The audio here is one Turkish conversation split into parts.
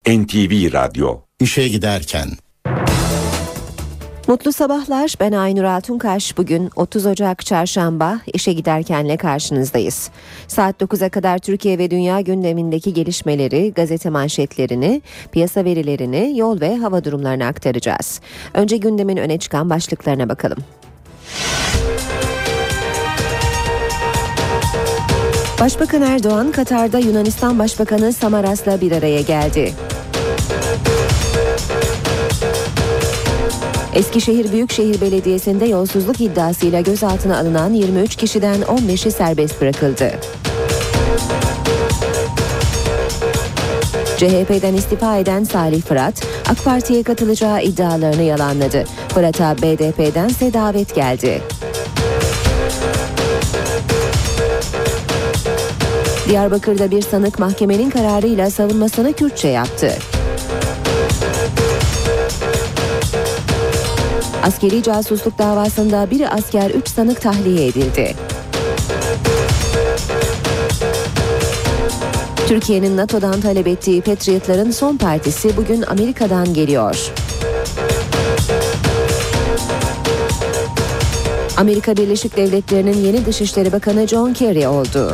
NTV Radyo. İşe giderken. Mutlu sabahlar, ben Aynur Altunkaş. Bugün 30 Ocak Çarşamba, işe giderkenle karşınızdayız. Saat 9'a kadar Türkiye ve dünya gündemindeki gelişmeleri, gazete manşetlerini, piyasa verilerini, yol ve hava durumlarını aktaracağız. Önce gündemin öne çıkan başlıklarına bakalım. Başbakan Erdoğan, Katar'da Yunanistan Başbakanı Samaras'la bir araya geldi. Eskişehir Büyükşehir Belediyesi'nde yolsuzluk iddiasıyla gözaltına alınan 23 kişiden 15'i serbest bırakıldı. CHP'den istifa eden Salih Fırat, AK Parti'ye katılacağı iddialarını yalanladı. Fırat'a BDP'dense davet geldi. Diyarbakır'da bir sanık mahkemenin kararıyla savunmasını Kürtçe yaptı. Askeri casusluk davasında bir asker 3 sanık tahliye edildi. Türkiye'nin NATO'dan talep ettiği Patriotların son partisi bugün Amerika'dan geliyor. Amerika Birleşik Devletleri'nin yeni Dışişleri Bakanı John Kerry oldu.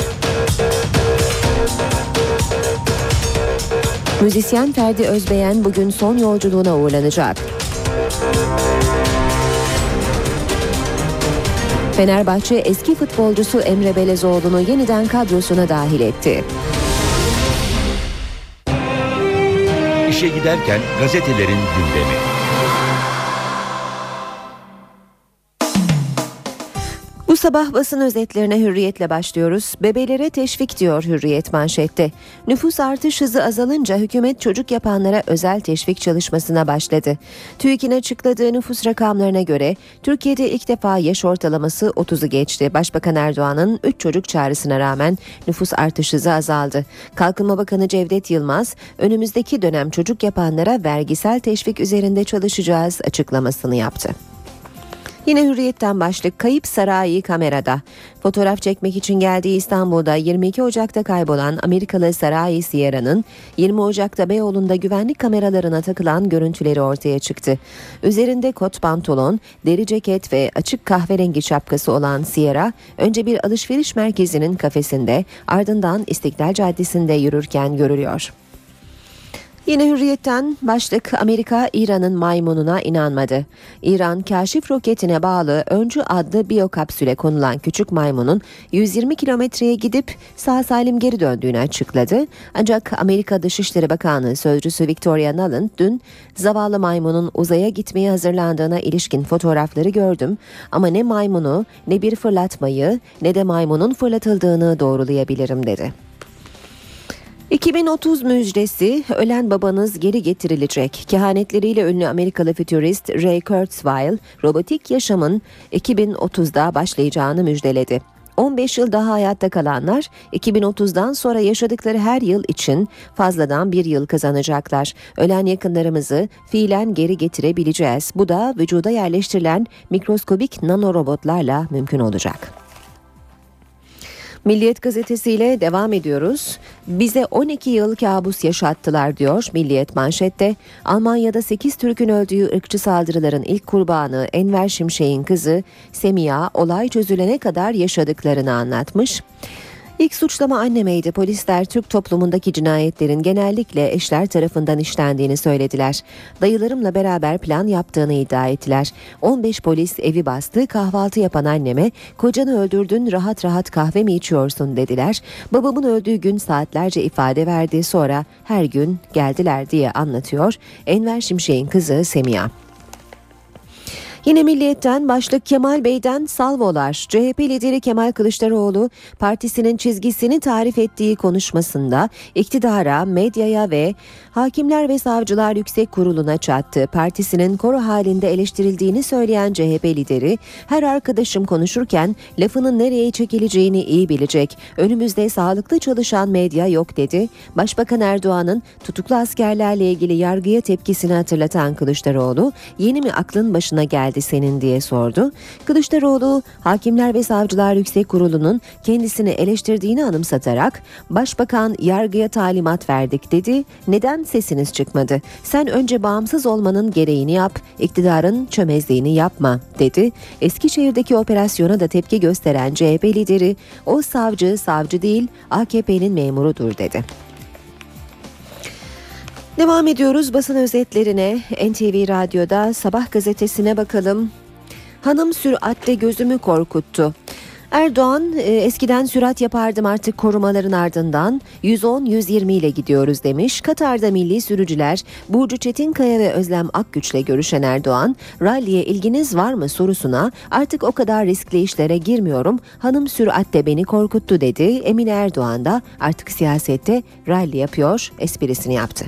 Müzisyen Ferdi Özbeğen bugün son yolculuğuna uğurlanacak. Fenerbahçe eski futbolcusu Emre Belezoğlu'nu yeniden kadrosuna dahil etti. İşe giderken gazetelerin gündemi. Bu sabah basın özetlerine Hürriyet'le başlıyoruz. Bebelere teşvik diyor Hürriyet manşette. Nüfus artış hızı azalınca hükümet çocuk yapanlara özel teşvik çalışmasına başladı. TÜİK'in açıkladığı nüfus rakamlarına göre Türkiye'de ilk defa yaş ortalaması 30'u geçti. Başbakan Erdoğan'ın 3 çocuk çağrısına rağmen nüfus artış hızı azaldı. Kalkınma Bakanı Cevdet Yılmaz, önümüzdeki dönem çocuk yapanlara vergisel teşvik üzerinde çalışacağız açıklamasını yaptı. Yine Hürriyet'ten başlık, kayıp Sarai kamerada. Fotoğraf çekmek için geldiği İstanbul'da 22 Ocak'ta kaybolan Amerikalı Sarai Sierra'nın 20 Ocak'ta Beyoğlu'nda güvenlik kameralarına takılan görüntüleri ortaya çıktı. Üzerinde kot pantolon, deri ceket ve açık kahverengi şapkası olan Sierra, önce bir alışveriş merkezinin kafesinde, ardından İstiklal Caddesi'nde yürürken görülüyor. Yine Hürriyet'ten başlık, Amerika İran'ın maymununa inanmadı. İran, kaşif roketine bağlı Öncü adlı biyokapsüle konulan küçük maymunun 120 kilometreye gidip sağ salim geri döndüğünü açıkladı. Ancak Amerika Dışişleri Bakanı Sözcüsü Victoria Nuland dün zavallı maymunun uzaya gitmeye hazırlandığına ilişkin fotoğrafları gördüm ama ne maymunu, ne bir fırlatmayı, ne de maymunun fırlatıldığını doğrulayabilirim dedi. 2030 müjdesi, ölen babanız geri getirilecek. Kehanetleriyle ünlü Amerikalı fütürist Ray Kurzweil, robotik yaşamın 2030'da başlayacağını müjdeledi. 15 yıl daha hayatta kalanlar 2030'dan sonra yaşadıkları her yıl için fazladan bir yıl kazanacaklar. Ölen yakınlarımızı fiilen geri getirebileceğiz. Bu da vücuda yerleştirilen mikroskobik nanorobotlarla mümkün olacak. Milliyet gazetesiyle devam ediyoruz. Bize 12 yıl kabus yaşattılar diyor Milliyet manşette. Almanya'da 8 Türk'ün öldüğü ırkçı saldırıların ilk kurbanı Enver Şimşek'in kızı Semiha olay çözülene kadar yaşadıklarını anlatmış. İlk suçlama annemeydi. Polisler Türk toplumundaki cinayetlerin genellikle eşler tarafından işlendiğini söylediler. Dayılarımla beraber plan yaptığını iddia ettiler. 15 polis evi bastı. Kahvaltı yapan anneme kocanı öldürdün, rahat rahat kahve mi içiyorsun dediler. Babamın öldüğü gün saatlerce ifade verdi. Sonra her gün geldiler diye anlatıyor Enver Şimşek'in kızı Semiha. Yine Milliyet'ten başlık, Kemal Bey'den salvolar. CHP lideri Kemal Kılıçdaroğlu partisinin çizgisini tarif ettiği konuşmasında iktidara, medyaya ve Hakimler ve Savcılar Yüksek Kurulu'na çattı. Partisinin koro halinde eleştirildiğini söyleyen CHP lideri, her arkadaşım konuşurken lafının nereye çekileceğini iyi bilecek. Önümüzde sağlıklı çalışan medya yok dedi. Başbakan Erdoğan'ın tutuklu askerlerle ilgili yargıya tepkisini hatırlatan Kılıçdaroğlu, yeni mi aklın başına geldi geldi senin diye sordu. Kılıçdaroğlu, Hakimler ve Savcılar Yüksek Kurulu'nun kendisini eleştirdiğini anımsatarak "Başbakan yargıya talimat verdik" dedi. "Neden sesiniz çıkmadı? Sen önce bağımsız olmanın gereğini yap, iktidarın çömezliğini yapma" dedi. Eskişehir'deki operasyona da tepki gösteren CHP lideri, "O savcı değil, AKP'nin memurudur" dedi. Devam ediyoruz basın özetlerine. NTV Radyo'da Sabah gazetesine bakalım. Hanım süratle gözümü korkuttu. Erdoğan, eskiden sürat yapardım, artık korumaların ardından 110-120 ile gidiyoruz demiş. Katar'da milli sürücüler Burcu Çetinkaya ve Özlem Akgüç'le görüşen Erdoğan, "Rally'e ilginiz var mı?" sorusuna "Artık o kadar riskli işlere girmiyorum, hanım süratle beni korkuttu" dedi. Emine Erdoğan da artık siyasette rally yapıyor esprisini yaptı.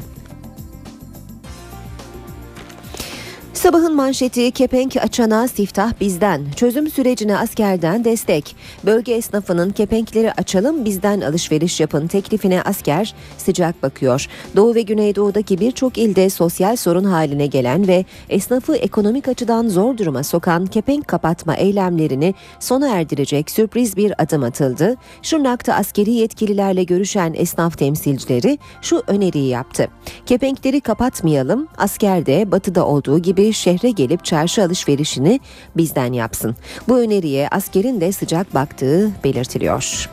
Sabahın manşeti, kepenk açana siftah bizden, çözüm sürecine askerden destek. Bölge esnafının kepenkleri açalım bizden alışveriş yapın teklifine asker sıcak bakıyor. Doğu ve Güneydoğu'daki birçok ilde sosyal sorun haline gelen ve esnafı ekonomik açıdan zor duruma sokan kepenk kapatma eylemlerini sona erdirecek sürpriz bir adım atıldı. Şırnak'ta askeri yetkililerle görüşen esnaf temsilcileri şu öneriyi yaptı: "Kepenkleri kapatmayalım, asker de batıda olduğu gibi şehre gelip çarşı alışverişini bizden yapsın." Bu öneriye askerin de sıcak baktığı belirtiliyor.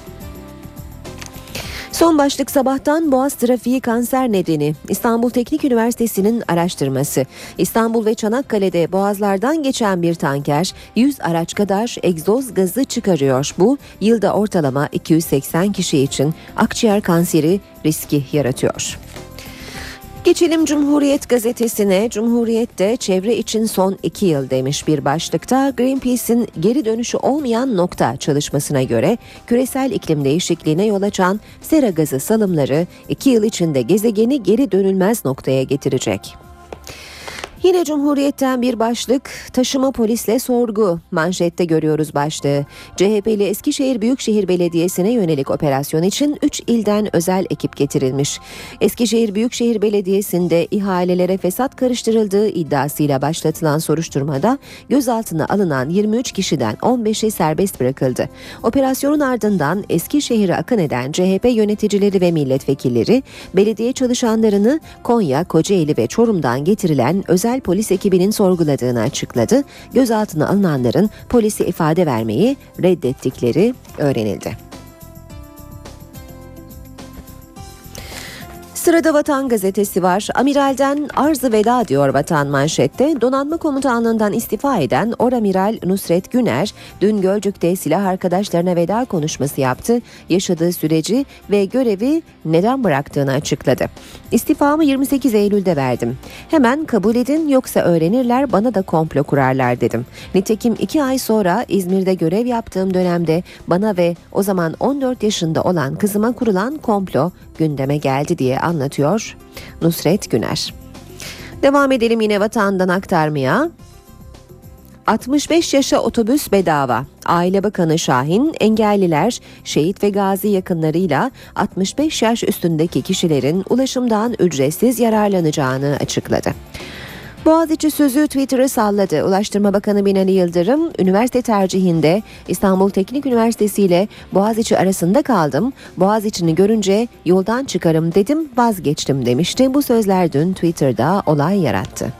Son başlık Sabah'tan, Boğaz trafiği kanser nedeni. İstanbul Teknik Üniversitesi'nin araştırması. İstanbul ve Çanakkale'de boğazlardan geçen bir tanker 100 araç kadar egzoz gazı çıkarıyor. Bu yılda ortalama 280 kişi için akciğer kanseri riski yaratıyor. Geçelim Cumhuriyet gazetesine. Cumhuriyet'te çevre için son 2 yıl demiş bir başlıkta. Greenpeace'in geri dönüşü olmayan nokta çalışmasına göre küresel iklim değişikliğine yol açan sera gazı salımları 2 yıl içinde gezegeni geri dönülmez noktaya getirecek. Yine Cumhuriyet'ten bir başlık, taşıma polisle sorgu. Manşette görüyoruz başlığı. CHP'li Eskişehir Büyükşehir Belediyesi'ne yönelik operasyon için 3 ilden özel ekip getirilmiş. Eskişehir Büyükşehir Belediyesi'nde ihalelere fesat karıştırıldığı iddiasıyla başlatılan soruşturmada gözaltına alınan 23 kişiden 15'i serbest bırakıldı. Operasyonun ardından Eskişehir'e akın eden CHP yöneticileri ve milletvekilleri belediye çalışanlarını Konya, Kocaeli ve Çorum'dan getirilen özel polis ekibinin sorguladığını açıkladı. Gözaltına alınanların polise ifade vermeyi reddettikleri öğrenildi. Sırada Vatan gazetesi var. Amiralden arzı veda diyor Vatan manşette. Donanma Komutanlığından istifa eden Oramiral Nusret Güner dün Gölcük'te silah arkadaşlarına veda konuşması yaptı. Yaşadığı süreci ve görevi neden bıraktığını açıkladı. "İstifamı 28 Eylül'de verdim. Hemen kabul edin, yoksa öğrenirler, bana da komplo kurarlar" dedim. Nitekim 2 ay sonra İzmir'de görev yaptığım dönemde bana ve o zaman 14 yaşında olan kızıma kurulan komplo gündeme geldi diye anlatıyor Nusret Güner. Devam edelim yine Vatan'dan aktarmaya. 65 yaşa otobüs bedava. Aile Bakanı Şahin, engelliler, şehit ve gazi yakınlarıyla 65 yaş üstündeki kişilerin ulaşımdan ücretsiz yararlanacağını açıkladı. Boğaziçi sözü Twitter'ı salladı. Ulaştırma Bakanı Binali Yıldırım, üniversite tercihinde İstanbul Teknik Üniversitesi ile Boğaziçi arasında kaldım. Boğaziçi'ni görünce yoldan çıkarım dedim, vazgeçtim demişti. Bu sözler dün Twitter'da olay yarattı.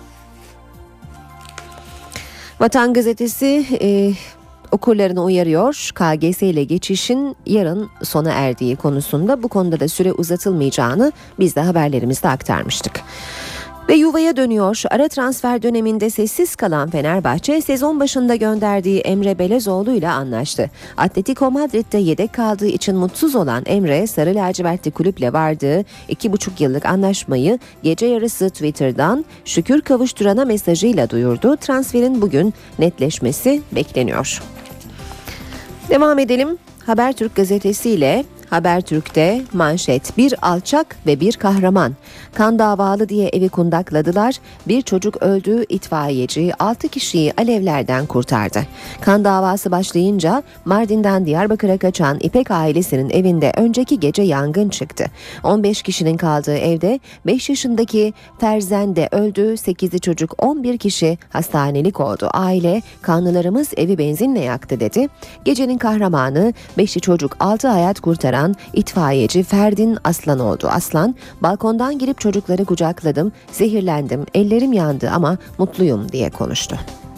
Vatan gazetesi okurlarını uyarıyor. KGS ile geçişin yarın sona erdiği konusunda, bu konuda da süre uzatılmayacağını biz de haberlerimizde aktarmıştık. Ve yuvaya dönüyor. Ara transfer döneminde sessiz kalan Fenerbahçe sezon başında gönderdiği Emre Belezoğlu ile anlaştı. Atletico Madrid'de yedek kaldığı için mutsuz olan Emre, sarı lacivertli kulüple vardığı 2,5 yıllık anlaşmayı gece yarısı Twitter'dan "şükür kavuşturana" mesajıyla duyurdu. Transferin bugün netleşmesi bekleniyor. Devam edelim. Habertürk gazetesiyle Habertürk'te manşet: bir alçak ve bir kahraman. Kan davalı diye evi kundakladılar. Bir çocuk öldü, itfaiyeci 6 kişiyi alevlerden kurtardı. Kan davası başlayınca Mardin'den Diyarbakır'a kaçan İpek ailesinin evinde önceki gece yangın çıktı. 15 kişinin kaldığı evde 5 yaşındaki Ferzen de öldü. 8'li çocuk, 11 kişi hastanelik oldu. Aile kanlılarımız evi benzinle yaktı dedi. Gecenin kahramanı 5'li çocuk 6 hayat kurtaran itfaiyeci Ferdin Aslan oldu. Aslan, balkondan girip çocukları kucakladım, zehirlendim, ellerim yandı ama mutluyum diye konuştu.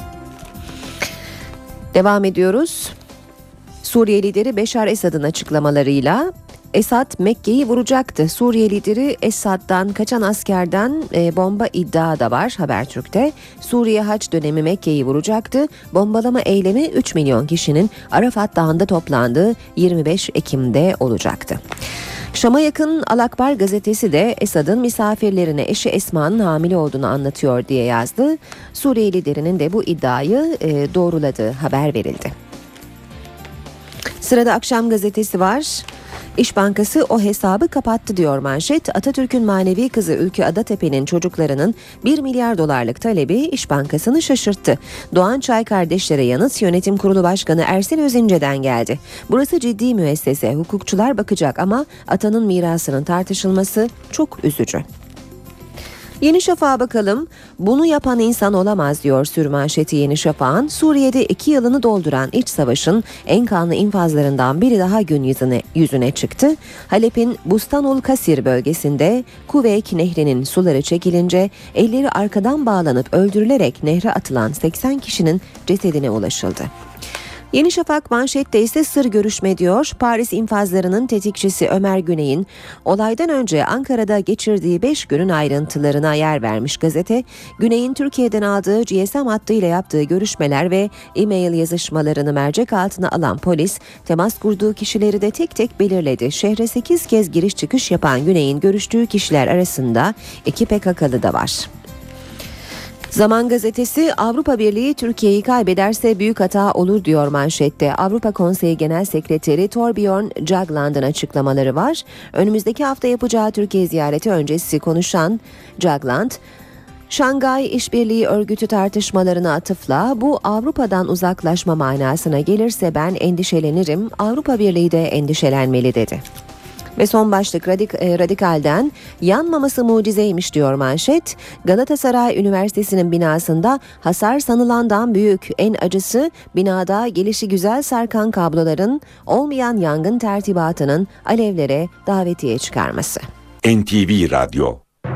Devam ediyoruz. Suriye lideri Beşar Esad'ın açıklamalarıyla Esad Mekke'yi vuracaktı. Suriye lideri Esad'dan kaçan askerden bomba iddia da var Habertürk'te. Suriye haç dönemi Mekke'yi vuracaktı. Bombalama eylemi 3 milyon kişinin Arafat Dağı'nda toplandığı 25 Ekim'de olacaktı. Şam'a yakın Al Akbar gazetesi de Esad'ın misafirlerine eşi Esma'nın hamile olduğunu anlatıyor diye yazdı. Suriye liderinin de bu iddiayı doğruladığı haber verildi. Sırada Akşam gazetesi var. İş Bankası o hesabı kapattı diyor manşet. Atatürk'ün manevi kızı Ülkü Adatepe'nin çocuklarının 1 milyar dolarlık talebi İş Bankası'nı şaşırttı. Doğan Çay kardeşlere yanıt Yönetim Kurulu Başkanı Ersin Özince'den geldi. Burası ciddi müessese, hukukçular bakacak ama atanın mirasının tartışılması çok üzücü. Yeni Şafak'a bakalım. Bunu yapan insan olamaz diyor sürmanşeti Yeni Şafak'ın. Suriye'de 2 yılını dolduran iç savaşın en kanlı infazlarından biri daha gün yüzüne çıktı. Halep'in Bustanul Kasir bölgesinde Kuveyk Nehri'nin suları çekilince elleri arkadan bağlanıp öldürülerek nehre atılan 80 kişinin cesedine ulaşıldı. Yeni Şafak manşette ise sır görüşme diyor. Paris infazlarının tetikçisi Ömer Güney'in olaydan önce Ankara'da geçirdiği 5 günün ayrıntılarına yer vermiş gazete. Güney'in Türkiye'den aldığı GSM hattıyla yaptığı görüşmeler ve e-mail yazışmalarını mercek altına alan polis temas kurduğu kişileri de tek tek belirledi. Şehre 8 kez giriş çıkış yapan Güney'in görüştüğü kişiler arasında 2 PKK'lı da var. Zaman gazetesi Avrupa Birliği Türkiye'yi kaybederse büyük hata olur diyor manşette. Avrupa Konseyi Genel Sekreteri Torbjörn Jagland'ın açıklamaları var. Önümüzdeki hafta yapacağı Türkiye ziyareti öncesi konuşan Jagland, Şangay İşbirliği Örgütü tartışmalarına atıfla bu Avrupa'dan uzaklaşma manasına gelirse ben endişelenirim, Avrupa Birliği de endişelenmeli dedi. Ve son başlık Radikal'den yanmaması mucizeymiş diyor manşet. Galatasaray Üniversitesi'nin binasında hasar sanılandan büyük. En acısı binada gelişigüzel sarkan kabloların olmayan yangın tertibatının alevlere davetiye çıkarması. NTV Radyo.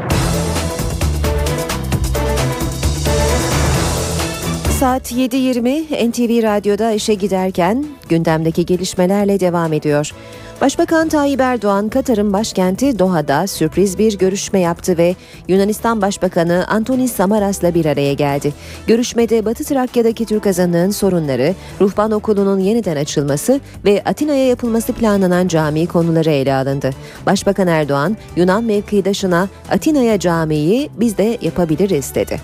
Saat 7.20 NTV Radyo'da işe giderken gündemdeki gelişmelerle devam ediyor. Başbakan Tayyip Erdoğan, Katar'ın başkenti Doha'da sürpriz bir görüşme yaptı ve Yunanistan Başbakanı Antonis Samaras'la bir araya geldi. Görüşmede Batı Trakya'daki Türk azınlığın sorunları, ruhban okulunun yeniden açılması ve Atina'ya yapılması planlanan cami konuları ele alındı. Başbakan Erdoğan, Yunan mevkidaşına Atina'ya camiyi biz de yapabiliriz dedi.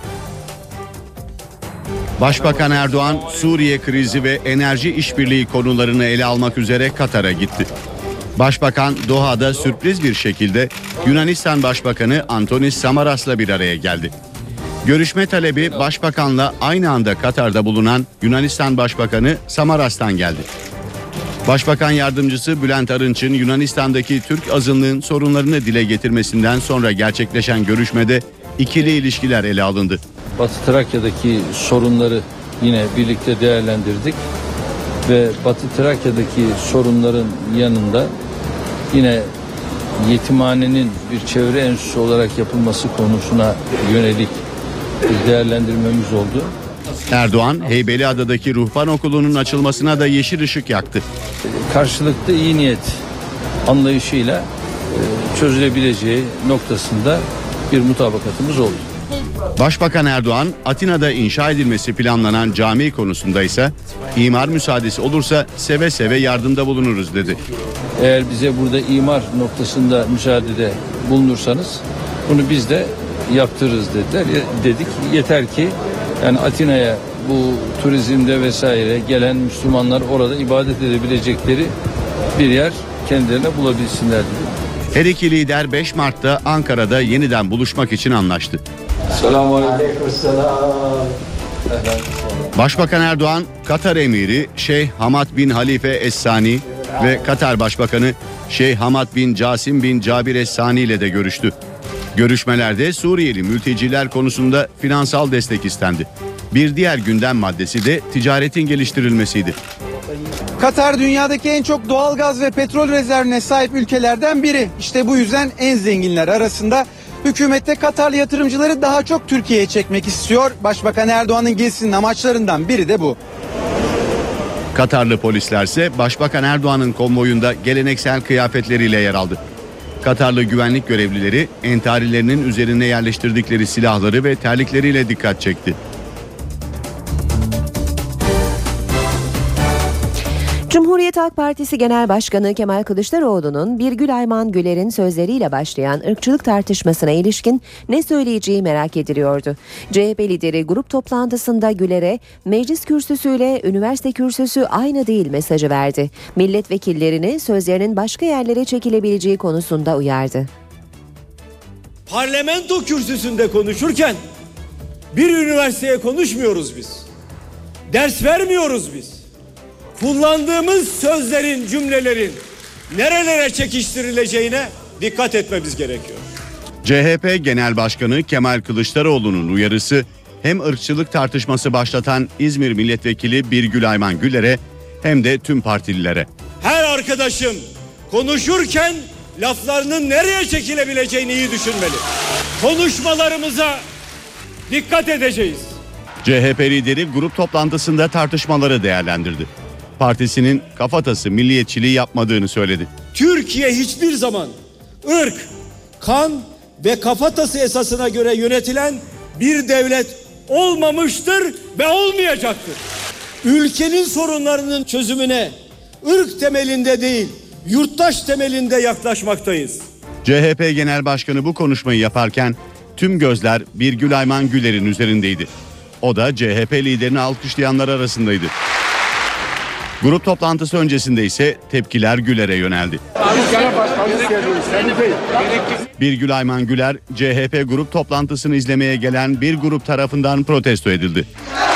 Başbakan Erdoğan, Suriye krizi ve enerji işbirliği konularını ele almak üzere Katar'a gitti. Başbakan Doha'da sürpriz bir şekilde Yunanistan Başbakanı Antonis Samaras'la bir araya geldi. Görüşme talebi Başbakan'la aynı anda Katar'da bulunan Yunanistan Başbakanı Samaras'tan geldi. Başbakan Yardımcısı Bülent Arınç'ın Yunanistan'daki Türk azınlığın sorunlarını dile getirmesinden sonra gerçekleşen görüşmede ikili ilişkiler ele alındı. Batı Trakya'daki sorunları yine birlikte değerlendirdik ve Batı Trakya'daki sorunların yanında yine yetimhanenin bir çevre enstitüsü olarak yapılması konusuna yönelik bir değerlendirmemiz oldu. Erdoğan, Heybeliada'daki ruhban okulunun açılmasına da yeşil ışık yaktı. Karşılıklı iyi niyet anlayışıyla çözülebileceği noktasında bir mutabakatımız oldu. Başbakan Erdoğan, Atina'da inşa edilmesi planlanan cami konusunda ise imar müsaadesi olursa seve seve yardımda bulunuruz dedi. Eğer bize burada imar noktasında müsaadede bulunursanız bunu biz de yaptırırız dediler. Dedik yeter ki yani Atina'ya bu turizmde vesaire gelen Müslümanlar orada ibadet edebilecekleri bir yer kendilerine bulabilsinler dedim. Her iki lider 5 Mart'ta Ankara'da yeniden buluşmak için anlaştı. Selamünaleyküm. Başbakan Erdoğan, Katar Emiri Şeyh Hamad bin Halife Es-Sani ve Katar Başbakanı Şeyh Hamad bin Casim bin Cabir Es-Sani ile de görüştü. Görüşmelerde Suriyeli mülteciler konusunda finansal destek istendi. Bir diğer gündem maddesi de ticaretin geliştirilmesiydi. Katar dünyadaki en çok doğalgaz ve petrol rezervine sahip ülkelerden biri. İşte bu yüzden en zenginler arasında. Hükümette Katarlı yatırımcıları daha çok Türkiye'ye çekmek istiyor. Başbakan Erdoğan'ın gezisinin amaçlarından biri de bu. Katarlı polislerse Başbakan Erdoğan'ın konvoyunda geleneksel kıyafetleriyle yer aldı. Katarlı güvenlik görevlileri entarilerinin üzerine yerleştirdikleri silahları ve terlikleriyle dikkat çekti. Cumhuriyet Halk Partisi Genel Başkanı Kemal Kılıçdaroğlu'nun Birgül Ayman Güler'in sözleriyle başlayan ırkçılık tartışmasına ilişkin ne söyleyeceği merak ediliyordu. CHP lideri grup toplantısında Güler'e meclis kürsüsüyle üniversite kürsüsü aynı değil mesajı verdi. Milletvekillerini sözlerinin başka yerlere çekilebileceği konusunda uyardı. Parlamento kürsüsünde konuşurken bir üniversiteye konuşmuyoruz biz. Ders vermiyoruz biz. Kullandığımız sözlerin, cümlelerin nerelere çekiştirileceğine dikkat etmemiz gerekiyor. CHP Genel Başkanı Kemal Kılıçdaroğlu'nun uyarısı hem ırkçılık tartışması başlatan İzmir Milletvekili Birgül Ayman Güler'e hem de tüm partililere. Her arkadaşım konuşurken laflarının nereye çekilebileceğini iyi düşünmeli. Konuşmalarımıza dikkat edeceğiz. CHP lideri grup toplantısında tartışmaları değerlendirdi. Partisinin kafatası milliyetçiliği yapmadığını söyledi. Türkiye hiçbir zaman ırk, kan ve kafatası esasına göre yönetilen bir devlet olmamıştır ve olmayacaktır. Ülkenin sorunlarının çözümüne ırk temelinde değil, yurttaş temelinde yaklaşmaktayız. CHP Genel Başkanı bu konuşmayı yaparken tüm gözler Birgül Ayman Güler'in üzerindeydi. O da CHP liderini alkışlayanlar arasındaydı. Grup toplantısı öncesinde ise tepkiler Güler'e yöneldi. Birgül Ayman Güler, CHP grup toplantısını izlemeye gelen bir grup tarafından protesto edildi.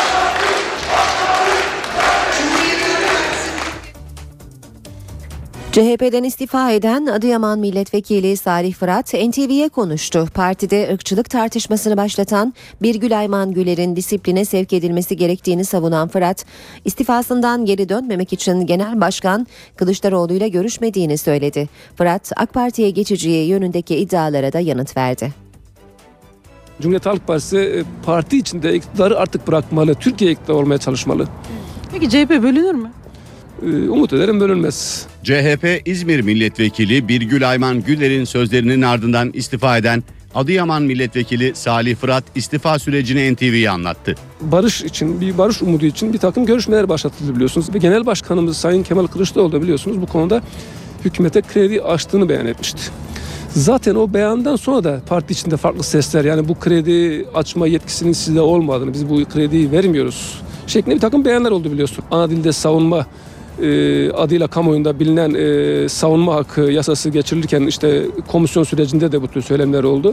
CHP'den istifa eden Adıyaman Milletvekili Salih Fırat NTV'ye konuştu. Partide ırkçılık tartışmasını başlatan Birgül Ayman Güler'in disipline sevk edilmesi gerektiğini savunan Fırat, istifasından geri dönmemek için Genel Başkan Kılıçdaroğlu'yla görüşmediğini söyledi. Fırat, AK Parti'ye geçeceği yönündeki iddialara da yanıt verdi. Cumhuriyet Halk Partisi parti içinde iktidarı artık bırakmalı, Türkiye iktidar olmaya çalışmalı. Peki CHP bölünür mü? Umut ederim bölünmez. CHP İzmir Milletvekili Birgül Ayman Güler'in sözlerinin ardından istifa eden Adıyaman Milletvekili Salih Fırat istifa sürecini NTV'ye anlattı. Barış için, bir barış umudu için bir takım görüşmeler başlatıldı biliyorsunuz. Ve Genel Başkanımız Sayın Kemal Kılıçdaroğlu da biliyorsunuz bu konuda hükümete kredi açtığını beyan etmişti. Zaten o beyandan sonra da parti içinde farklı sesler, yani bu kredi açma yetkisinin sizde olmadığını, biz bu krediyi vermiyoruz şeklinde bir takım beyanlar oldu biliyorsun. Ana dilde savunma adıyla kamuoyunda bilinen savunma hakkı yasası geçirilirken işte komisyon sürecinde de bu tür söylemler oldu.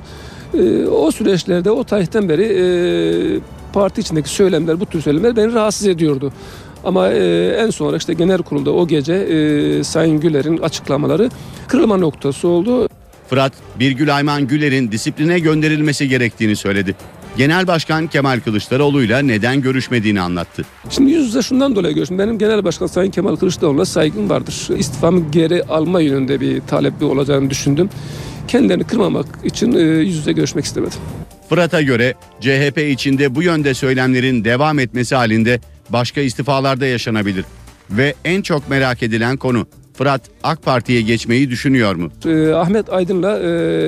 O süreçlerde o tarihten beri parti içindeki söylemler, bu tür söylemler beni rahatsız ediyordu. Ama en sonra işte genel kurulda o gece Sayın Güler'in açıklamaları kırılma noktası oldu. Fırat, Birgül Ayman Güler'in disipline gönderilmesi gerektiğini söyledi. Genel Başkan Kemal Kılıçdaroğlu'yla neden görüşmediğini anlattı. Şimdi yüz yüze şundan dolayı görüştüm. Benim Genel Başkan Sayın Kemal Kılıçdaroğlu'na saygım vardır. İstifamı geri alma yönünde bir talebi olacağını düşündüm. Kendilerini kırmamak için yüz yüze görüşmek istemedim. Fırat'a göre CHP içinde bu yönde söylemlerin devam etmesi halinde başka istifalarda yaşanabilir. Ve en çok merak edilen konu, Fırat AK Parti'ye geçmeyi düşünüyor mu? Ahmet Aydın'la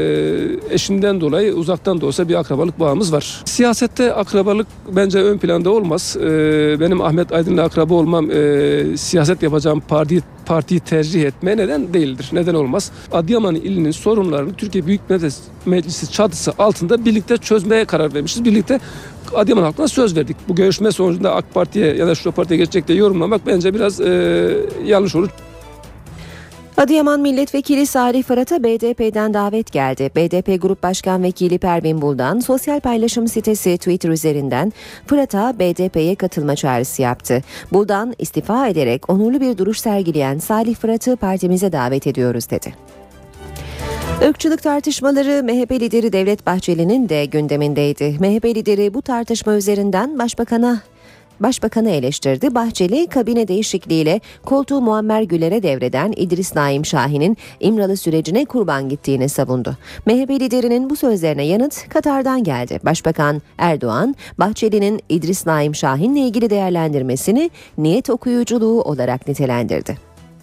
eşinden dolayı uzaktan da olsa bir akrabalık bağımız var. Siyasette akrabalık bence ön planda olmaz. Benim Ahmet Aydın'la akraba olmam siyaset yapacağım partiyi tercih etmeye neden değildir. Neden olmaz? Adıyaman ilinin sorunlarını Türkiye Büyük Millet Meclisi çatısı altında birlikte çözmeye karar vermişiz. Birlikte Adıyaman halkına söz verdik. Bu görüşme sonucunda AK Parti'ye ya da şu partiye geçecek diye yorumlamak bence biraz yanlış olur. Adıyaman Milletvekili Salih Fırat'a BDP'den davet geldi. BDP Grup Başkan Vekili Pervin Buldan sosyal paylaşım sitesi Twitter üzerinden Fırat'a BDP'ye katılma çağrısı yaptı. Buldan istifa ederek onurlu bir duruş sergileyen Salih Fırat'ı partimize davet ediyoruz dedi. Irkçılık tartışmaları MHP lideri Devlet Bahçeli'nin de gündemindeydi. MHP lideri bu tartışma üzerinden Başbakanı eleştirdi. Bahçeli kabine değişikliğiyle koltuğu Muammer Güler'e devreden İdris Naim Şahin'in İmralı sürecine kurban gittiğini savundu. MHP liderinin bu sözlerine yanıt Katar'dan geldi. Başbakan Erdoğan, Bahçeli'nin İdris Naim Şahin'le ilgili değerlendirmesini niyet okuyuculuğu olarak nitelendirdi.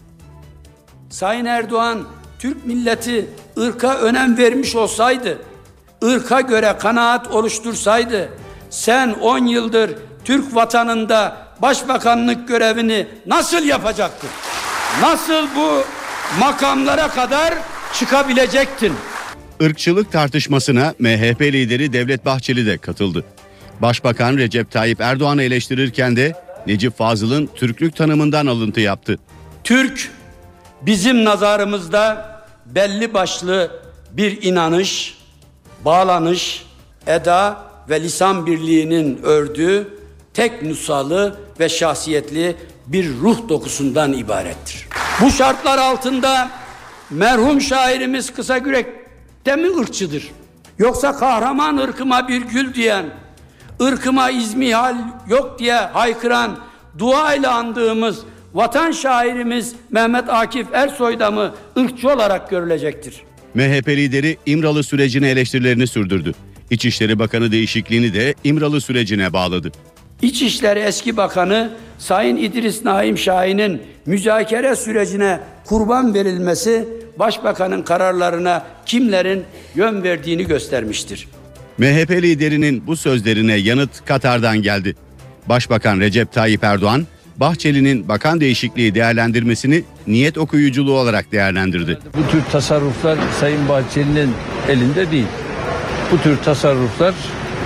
Sayın Erdoğan, Türk milleti ırka önem vermiş olsaydı, ırka göre kanaat oluştursaydı, sen 10 yıldır Türk vatanında başbakanlık görevini nasıl yapacaktın? Nasıl bu makamlara kadar çıkabilecektin? Irkçılık tartışmasına MHP lideri Devlet Bahçeli de katıldı. Başbakan Recep Tayyip Erdoğan'ı eleştirirken de Necip Fazıl'ın Türklük tanımından alıntı yaptı. Türk bizim nazarımızda belli başlı bir inanış, bağlanış, eda ve lisan birliğinin ördüğü tek nüshalı ve şahsiyetli bir ruh dokusundan ibarettir. Bu şartlar altında merhum şairimiz Kısagürek de mi ırkçıdır? Yoksa kahraman ırkıma bir gül diyen, ırkıma izmihal yok diye haykıran, dua ile andığımız vatan şairimiz Mehmet Akif Ersoy'da mı ırkçı olarak görülecektir? MHP lideri İmralı sürecine eleştirilerini sürdürdü. İçişleri Bakanı değişikliğini de İmralı sürecine bağladı. İçişleri eski bakanı Sayın İdris Naim Şahin'in müzakere sürecine kurban verilmesi başbakanın kararlarına kimlerin yön verdiğini göstermiştir. MHP liderinin bu sözlerine yanıt Katar'dan geldi. Başbakan Recep Tayyip Erdoğan, Bahçeli'nin bakan değişikliği değerlendirmesini niyet okuyuculuğu olarak değerlendirdi. Bu tür tasarruflar Sayın Bahçeli'nin elinde değil. Bu tür tasarruflar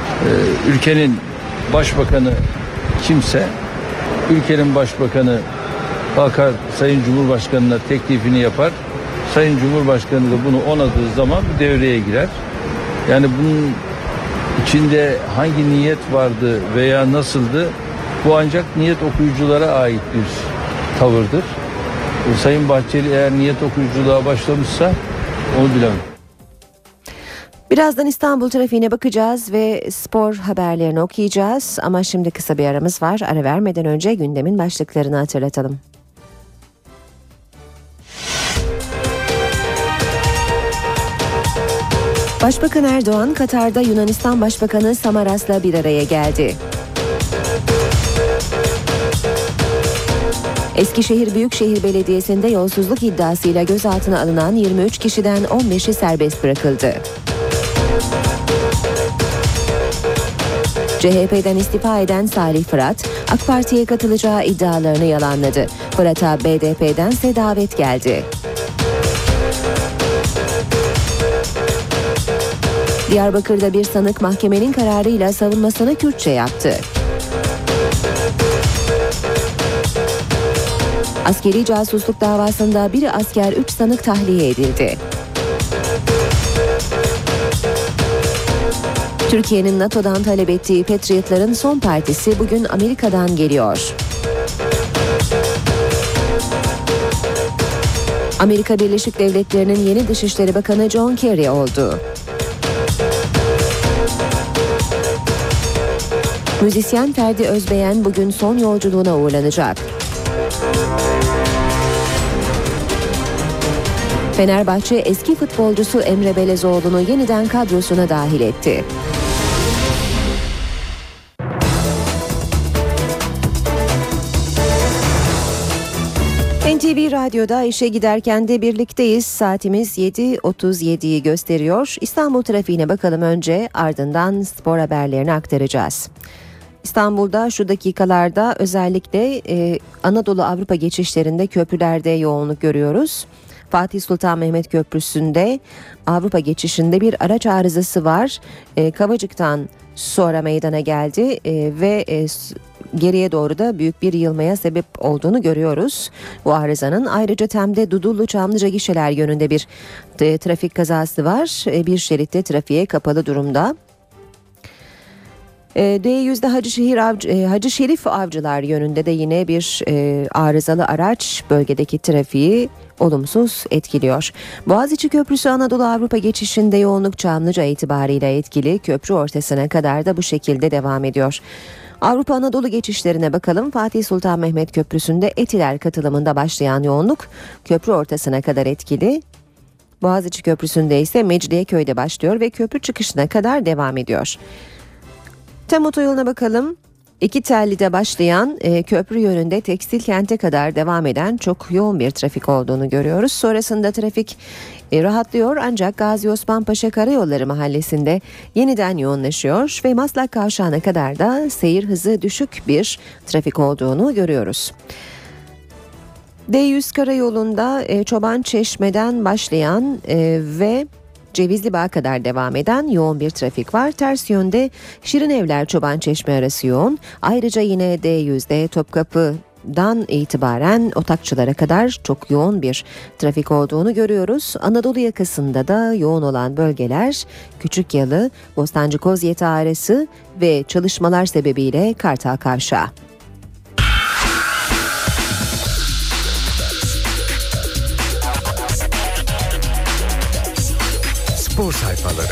ülkenin başbakanı kimse, ülkenin başbakanı bakar Sayın Cumhurbaşkanı'na teklifini yapar. Sayın Cumhurbaşkanı da bunu onadığı zaman devreye girer. Yani bunun içinde hangi niyet vardı veya nasıldı, bu ancak niyet okuyuculara ait bir tavırdır. Sayın Bahçeli eğer niyet okuyuculuğa başlamışsa onu bilemem. Birazdan İstanbul trafiğine bakacağız ve spor haberlerini okuyacağız. Ama şimdi kısa bir aramız var. Ara vermeden önce gündemin başlıklarını hatırlatalım. Başbakan Erdoğan, Katar'da Yunanistan Başbakanı Samaras'la bir araya geldi. Eskişehir Büyükşehir Belediyesi'nde yolsuzluk iddiasıyla gözaltına alınan 23 kişiden 15'i serbest bırakıldı. CHP'den istifa eden Salih Fırat, AK Parti'ye katılacağı iddialarını yalanladı. Fırat'a BDP'dense davet geldi. Diyarbakır'da bir sanık mahkemenin kararıyla savunmasını Kürtçe yaptı. Askeri casusluk davasında bir asker 3 sanık tahliye edildi. Türkiye'nin NATO'dan talep ettiği Patriotların son partisi bugün Amerika'dan geliyor. Amerika Birleşik Devletleri'nin yeni Dışişleri Bakanı John Kerry oldu. Müzisyen Ferdi Özbeğen bugün son yolculuğuna uğurlanacak. Fenerbahçe eski futbolcusu Emre Belezoğlu'nu yeniden kadrosuna dahil etti. NTV Radyo'da işe giderken de birlikteyiz. Saatimiz 7.37'yi gösteriyor. İstanbul trafiğine bakalım önce, ardından spor haberlerini aktaracağız. İstanbul'da şu dakikalarda özellikle Anadolu Avrupa geçişlerinde köprülerde yoğunluk görüyoruz. Fatih Sultan Mehmet Köprüsü'nde Avrupa geçişinde bir araç arızası var. Kavacık'tan sonra meydana geldi ve geriye doğru da büyük bir yığılmaya sebep olduğunu görüyoruz. Bu arızanın ayrıca Tem'de Dudullu Çamlıca gişeler yönünde bir trafik kazası var. Bir şeritte trafiğe kapalı durumda. D100'de Hacı Şerif Avcılar yönünde de yine bir arızalı araç bölgedeki trafiği olumsuz etkiliyor. Boğaziçi Köprüsü Anadolu Avrupa geçişinde yoğunluk Çamlıca itibariyle etkili. Köprü ortasına kadar da bu şekilde devam ediyor. Avrupa Anadolu geçişlerine bakalım. Fatih Sultan Mehmet Köprüsü'nde Etiler katılımında başlayan yoğunluk köprü ortasına kadar etkili. Boğaziçi Köprüsü'nde ise Mecidiyeköy'de başlıyor ve köprü çıkışına kadar devam ediyor. Tem otoyoluna bakalım. İkitelli'de başlayan köprü yönünde Tekstil Kent'e kadar devam eden çok yoğun bir trafik olduğunu görüyoruz. Sonrasında trafik rahatlıyor ancak Gazi Osman Paşa Karayolları Mahallesi'nde yeniden yoğunlaşıyor ve Maslak Kavşağı'na kadar da seyir hızı düşük bir trafik olduğunu görüyoruz. D100 Karayolu'nda Çobançeşme'den başlayan ve Cevizlibağ'a kadar devam eden yoğun bir trafik var. Ters yönde Şirinevler Çobançeşme arası yoğun. Ayrıca yine D100'de Topkapı'dan itibaren Otakçılar'a kadar çok yoğun bir trafik olduğunu görüyoruz. Anadolu yakasında da yoğun olan bölgeler Küçükyalı, Bostancı Kozyeta arası ve çalışmalar sebebiyle Kartal Kavşağı. Spor sayfaları.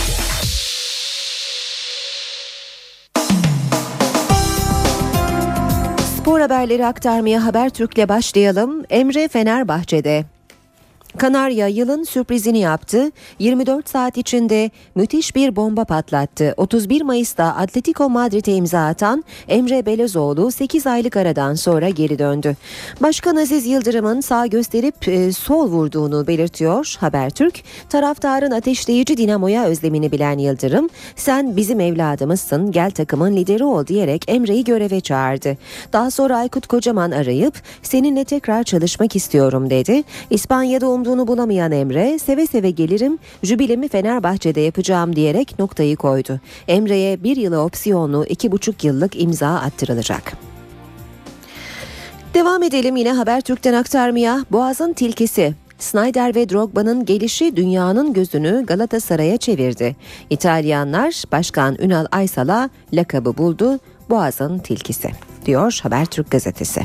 Spor haberleri aktarmaya Habertürk'le başlayalım. Emre Fenerbahçe'de. Kanarya yılın sürprizini yaptı. 24 saat içinde müthiş bir bomba patlattı. 31 Mayıs'ta Atletico Madrid'e imza atan Emre Belözoğlu 8 aylık aradan sonra geri döndü. Başkan Aziz Yıldırım'ın sağ gösterip sol vurduğunu belirtiyor Habertürk. Taraftarın ateşleyici dinamoya özlemini bilen Yıldırım, "Sen bizim evladımızsın, gel takımın lideri ol" diyerek Emre'yi göreve çağırdı. Daha sonra Aykut Kocaman arayıp "Seninle tekrar çalışmak istiyorum" dedi. İspanya'da umduğunu bulamayan Emre, "Seve seve gelirim, jübilemi Fenerbahçe'de yapacağım" diyerek noktayı koydu. Emre'ye 1 yıla opsiyonlu 2,5 yıllık imza attırılacak. Devam edelim yine Habertürk'ten aktarmaya. Boğaz'ın tilkisi. Snyder ve Drogba'nın gelişi dünyanın gözünü Galatasaray'a çevirdi. İtalyanlar Başkan Ünal Aysal'a lakabı buldu. Boğaz'ın tilkisi, diyor Habertürk gazetesi.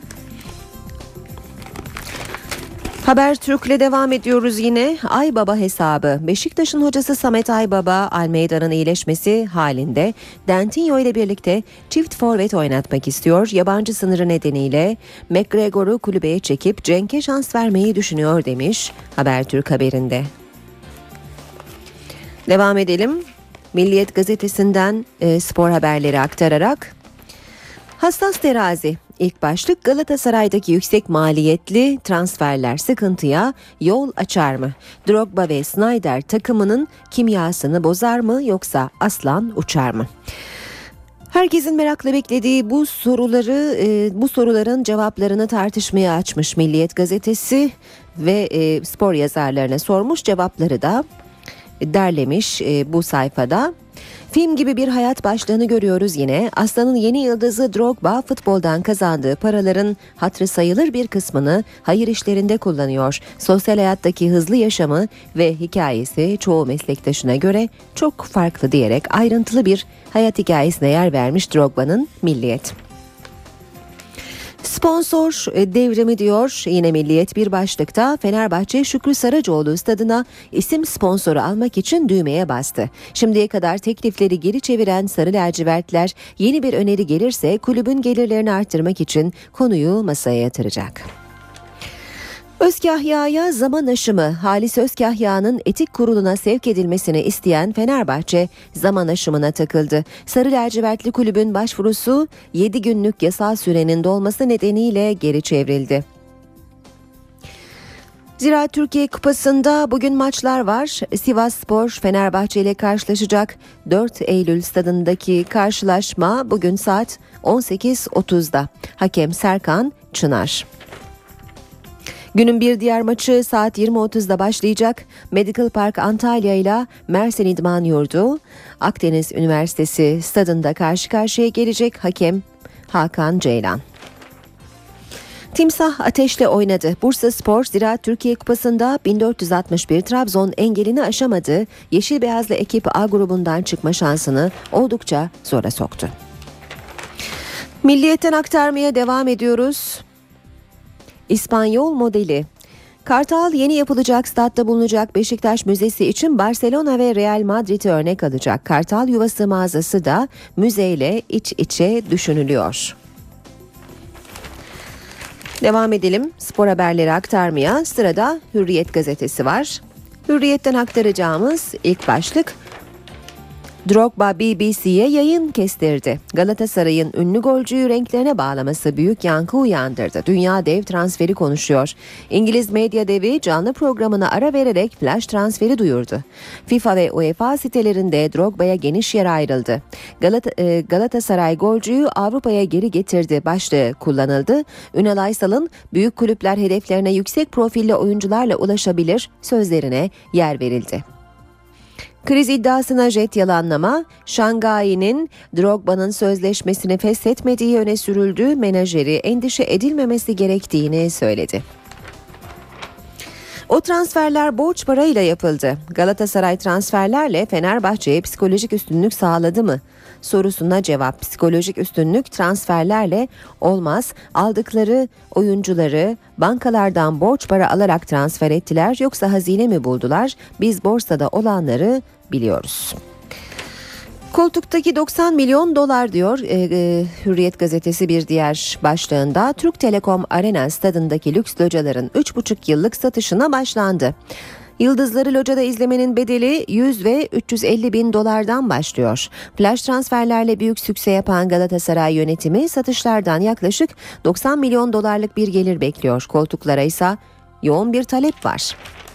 Habertürk'le devam ediyoruz yine. Aybaba hesabı. Beşiktaş'ın hocası Samet Aybaba, Almeida'nın iyileşmesi halinde Dentinho ile birlikte çift forvet oynatmak istiyor. Yabancı sınırı nedeniyle McGregor'u kulübeye çekip Cenk'e şans vermeyi düşünüyor demiş Habertürk haberinde. Devam edelim. Milliyet gazetesinden spor haberleri aktararak. Hassas terazi. İlk başlık, Galatasaray'daki yüksek maliyetli transferler sıkıntıya yol açar mı? Drogba ve Snyder takımının kimyasını bozar mı yoksa aslan uçar mı? Herkesin merakla beklediği bu soruların cevaplarını tartışmaya açmış Milliyet gazetesi ve spor yazarlarına sormuş, cevapları da derlemiş bu sayfada. Film gibi bir hayat başlığını görüyoruz yine. Aslan'ın yeni yıldızı Drogba futboldan kazandığı paraların hatırı sayılır bir kısmını hayır işlerinde kullanıyor. Sosyal hayattaki hızlı yaşamı ve hikayesi çoğu meslektaşına göre çok farklı diyerek ayrıntılı bir hayat hikayesine yer vermiş Drogba'nın Milliyet. Sponsor devrimi diyor yine Milliyet bir başlıkta. Fenerbahçe Şükrü Saracoğlu stadına isim sponsoru almak için düğmeye bastı. Şimdiye kadar teklifleri geri çeviren Sarı Lacivertler yeni bir öneri gelirse kulübün gelirlerini arttırmak için konuyu masaya yatıracak. Özkahya'ya zaman aşımı. Halis Özkahya'nın etik kuruluna sevk edilmesini isteyen Fenerbahçe zaman aşımına takıldı. Sarı lacivertli kulübün başvurusu 7 günlük yasal sürenin dolması nedeniyle geri çevrildi. Ziraat Türkiye Kupası'nda bugün maçlar var. Sivasspor Fenerbahçe ile karşılaşacak. 4 Eylül stadındaki karşılaşma bugün saat 18.30'da. Hakem Serkan Çınar. Günün bir diğer maçı saat 20.30'da başlayacak. Medical Park Antalya ile Mersin İdman Yurdu Akdeniz Üniversitesi stadında karşı karşıya gelecek. Hakem Hakan Ceylan. Timsah ateşle oynadı. Bursaspor Ziraat Türkiye Kupası'nda 1461 Trabzon engelini aşamadı. Yeşil beyazlı ekip A grubundan çıkma şansını oldukça zora soktu. Milliyetten aktarmaya devam ediyoruz. İspanyol modeli. Kartal yeni yapılacak statta bulunacak Beşiktaş Müzesi için Barcelona ve Real Madrid'i örnek alacak. Kartal Yuvası mağazası da müzeyle iç içe düşünülüyor. Devam edelim spor haberleri aktarmaya. Sırada Hürriyet gazetesi var. Hürriyet'ten aktaracağımız ilk başlık: Drogba BBC'ye yayın kestirdi. Galatasaray'ın ünlü golcüyü renklerine bağlaması büyük yankı uyandırdı. Dünya dev transferi konuşuyor. İngiliz medya devi canlı programına ara vererek flash transferi duyurdu. FIFA ve UEFA sitelerinde Drogba'ya geniş yer ayrıldı. Galatasaray golcüyü Avrupa'ya geri getirdi başlığı kullanıldı. Ünal Aysal'ın büyük kulüpler hedeflerine yüksek profilli oyuncularla ulaşabilir sözlerine yer verildi. Kriz iddiasına jet yalanlama, Şangay'ın Drogba'nın sözleşmesini feshetmediği öne sürüldü, menajeri endişe edilmemesi gerektiğini söyledi. O transferler borç parayla yapıldı. Galatasaray transferlerle Fenerbahçe'ye psikolojik üstünlük sağladı mı? Sorusuna cevap: psikolojik üstünlük transferlerle olmaz. Aldıkları oyuncuları bankalardan borç para alarak transfer ettiler, yoksa hazine mi buldular? Biz borsada olanları biliyoruz. Koltuktaki 90 milyon dolar diyor Hürriyet gazetesi bir diğer başlığında. Türk Telekom Arena stadındaki lüks locaların 3,5 yıllık satışına başlandı. Yıldızları locada izlemenin bedeli 100 ve 350 bin dolardan başlıyor. Flash transferlerle büyük sükse yapan Galatasaray yönetimi satışlardan yaklaşık 90 milyon dolarlık bir gelir bekliyor. Koltuklara ise yoğun bir talep var.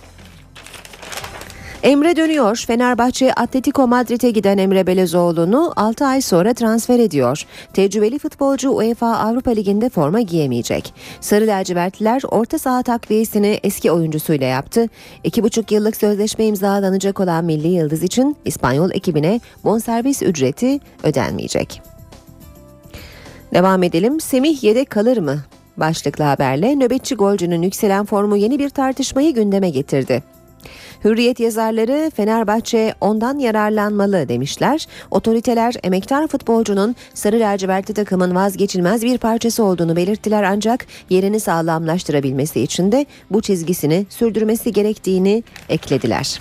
Emre dönüyor. Fenerbahçe Atletico Madrid'e giden Emre Belezoğlu'nu 6 ay sonra transfer ediyor. Tecrübeli futbolcu UEFA Avrupa Ligi'nde forma giyemeyecek. Sarı lacivertliler orta saha takviyesini eski oyuncusuyla yaptı. 2,5 yıllık sözleşme imzalanacak olan milli yıldız için İspanyol ekibine bonservis ücreti ödenmeyecek. Devam edelim. Semih yedek kalır mı? Başlıklı haberle nöbetçi golcünün yükselen formu yeni bir tartışmayı gündeme getirdi. Hürriyet yazarları Fenerbahçe ondan yararlanmalı demişler. Otoriteler emektar futbolcunun sarı lacivertli takımın vazgeçilmez bir parçası olduğunu belirttiler, ancak yerini sağlamlaştırabilmesi için de bu çizgisini sürdürmesi gerektiğini eklediler.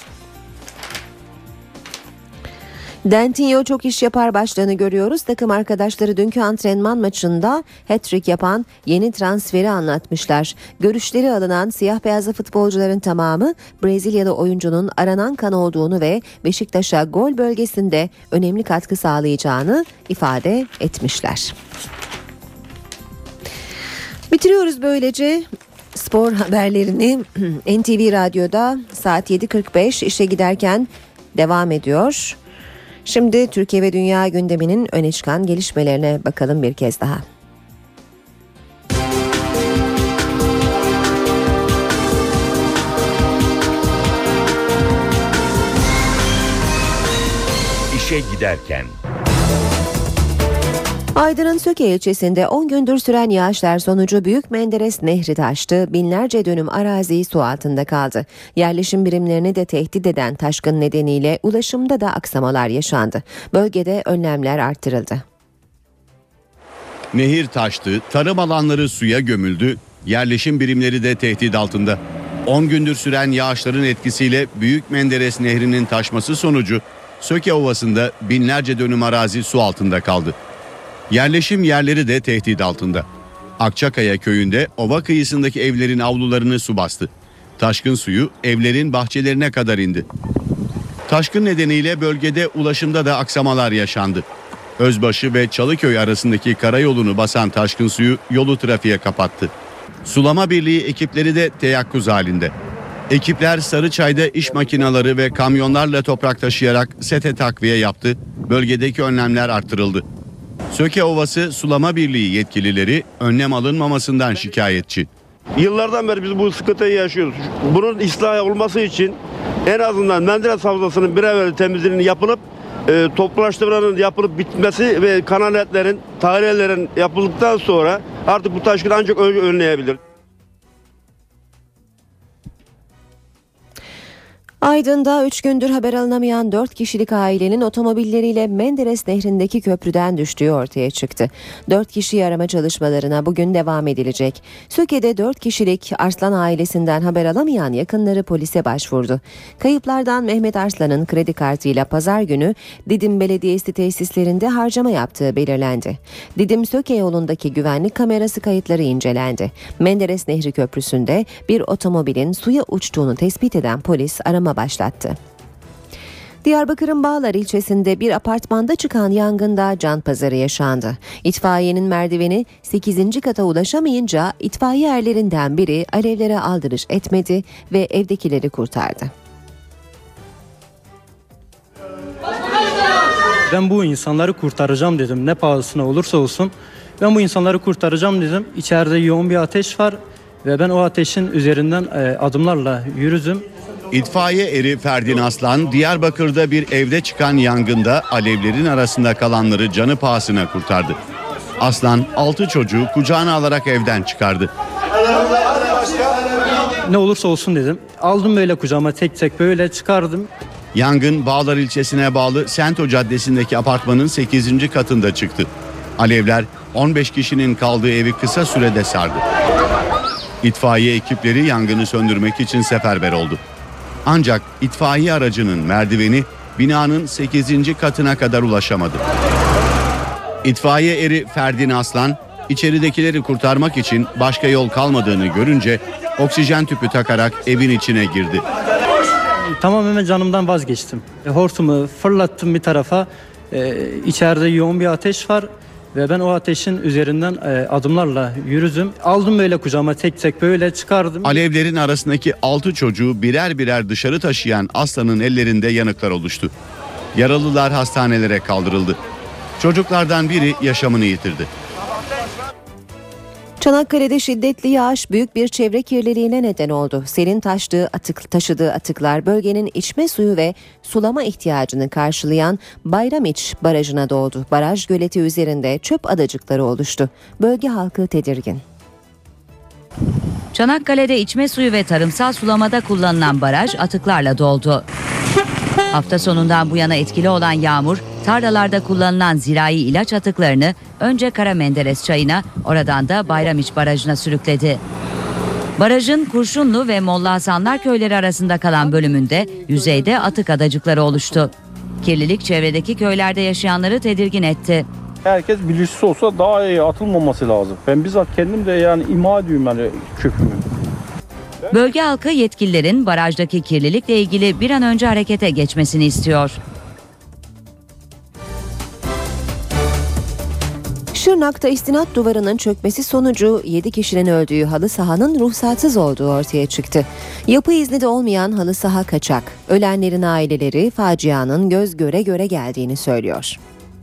Dentinho çok iş yapar başlığını görüyoruz. Takım arkadaşları dünkü antrenman maçında hat-trick yapan yeni transferi anlatmışlar. Görüşleri alınan siyah beyazlı futbolcuların tamamı Brezilyalı oyuncunun aranan kan olduğunu ve Beşiktaş'a gol bölgesinde önemli katkı sağlayacağını ifade etmişler. Bitiriyoruz böylece spor haberlerini. NTV Radyo'da saat 7.45 işe giderken devam ediyor. Şimdi Türkiye ve dünya gündeminin öne çıkan gelişmelerine bakalım bir kez daha. İşe giderken. Aydın'ın Söke ilçesinde 10 gündür süren yağışlar sonucu Büyük Menderes Nehri taştı. Binlerce dönüm arazi su altında kaldı. Yerleşim birimlerini de tehdit eden taşkın nedeniyle ulaşımda da aksamalar yaşandı. Bölgede önlemler arttırıldı. Nehir taştı, tarım alanları suya gömüldü, yerleşim birimleri de tehdit altında. 10 gündür süren yağışların etkisiyle Büyük Menderes Nehri'nin taşması sonucu Söke Ovası'nda binlerce dönüm arazi su altında kaldı. Yerleşim yerleri de tehdit altında. Akçakaya köyünde ova kıyısındaki evlerin avlularını su bastı. Taşkın suyu evlerin bahçelerine kadar indi. Taşkın nedeniyle bölgede ulaşımda da aksamalar yaşandı. Özbaşı ve Çalıköy arasındaki karayolunu basan taşkın suyu yolu trafiğe kapattı. Sulama Birliği ekipleri de teyakkuz halinde. Ekipler Sarıçay'da iş makineleri ve kamyonlarla toprak taşıyarak sete takviye yaptı. Bölgedeki önlemler arttırıldı. Söke Ovası Sulama Birliği yetkilileri önlem alınmamasından şikayetçi. Yıllardan beri biz bu sıkıntıyı yaşıyoruz. Bunun ıslah olması için en azından Menderes Havzası'nın bir evvel temizliğinin yapılıp toplulaştırmanın yapılıp bitmesi ve kanaletlerin, tahliyelerin yapıldıktan sonra artık bu taşkını ancak önleyebilir. Aydın'da 3 gündür haber alınamayan 4 kişilik ailenin otomobilleriyle Menderes Nehri'ndeki köprüden düştüğü ortaya çıktı. 4 kişiyi arama çalışmalarına bugün devam edilecek. Söke'de 4 kişilik Arslan ailesinden haber alamayan yakınları polise başvurdu. Kayıplardan Mehmet Arslan'ın kredi kartıyla pazar günü Didim Belediyesi tesislerinde harcama yaptığı belirlendi. Didim Söke yolundaki güvenlik kamerası kayıtları incelendi. Menderes Nehri Köprüsü'nde bir otomobilin suya uçtuğunu tespit eden polis arama başlattı. Diyarbakır'ın Bağlar ilçesinde bir apartmanda çıkan yangında can pazarı yaşandı. İtfaiyenin merdiveni 8. kata ulaşamayınca itfaiye erlerinden biri alevlere aldırış etmedi ve evdekileri kurtardı. Ben bu insanları kurtaracağım dedim. Ne pahasına olursa olsun ben bu insanları kurtaracağım dedim. İçeride yoğun bir ateş var ve ben o ateşin üzerinden adımlarla yürüdüm. İtfaiye eri Ferdin Aslan, Diyarbakır'da bir evde çıkan yangında alevlerin arasında kalanları canı pahasına kurtardı. Aslan 6 çocuğu kucağına alarak evden çıkardı. Ne olursa olsun dedim. Aldım böyle kucağıma tek tek böyle çıkardım. Yangın Bağlar ilçesine bağlı Sento Caddesi'ndeki apartmanın 8. katında çıktı. Alevler 15 kişinin kaldığı evi kısa sürede sardı. İtfaiye ekipleri yangını söndürmek için seferber oldu. Ancak itfaiye aracının merdiveni binanın 8. katına kadar ulaşamadı. İtfaiye eri Ferdin Aslan, içeridekileri kurtarmak için başka yol kalmadığını görünce oksijen tüpü takarak evin içine girdi. Tamamen canımdan vazgeçtim. Hortumu fırlattım bir tarafa. İçeride yoğun bir ateş var ve ben o ateşin üzerinden adımlarla yürüdüm. Aldım böyle kucağıma tek tek böyle çıkardım. Alevlerin arasındaki 6 çocuğu birer birer dışarı taşıyan Aslan'ın ellerinde yanıklar oluştu. Yaralılar hastanelere kaldırıldı. Çocuklardan biri yaşamını yitirdi. Çanakkale'de şiddetli yağış büyük bir çevre kirliliğine neden oldu. Selin taşıdığı atıklar bölgenin içme suyu ve sulama ihtiyacını karşılayan Bayramiç Barajı'na doldu. Baraj göleti üzerinde çöp adacıkları oluştu. Bölge halkı tedirgin. Çanakkale'de içme suyu ve tarımsal sulamada kullanılan baraj atıklarla doldu. Hafta sonundan bu yana etkili olan yağmur, tarlalarda kullanılan zirai ilaç atıklarını önce Kara Menderes Çayı'na, oradan da Bayramiç Barajı'na sürükledi. Barajın Kurşunlu ve Molla Hasanlar köyleri arasında kalan bölümünde yüzeyde atık adacıkları oluştu. Kirlilik çevredeki köylerde yaşayanları tedirgin etti. Herkes bilinçsiz olsa daha iyi atılmaması lazım. Ben bizzat kendim de yani imha ediyorum yani köprümü. Bölge halkı yetkililerin barajdaki kirlilikle ilgili bir an önce harekete geçmesini istiyor. Şırnak'ta istinat duvarının çökmesi sonucu 7 kişinin öldüğü halı sahanın ruhsatsız olduğu ortaya çıktı. Yapı izni de olmayan halı saha kaçak. Ölenlerin aileleri facianın göz göre göre geldiğini söylüyor.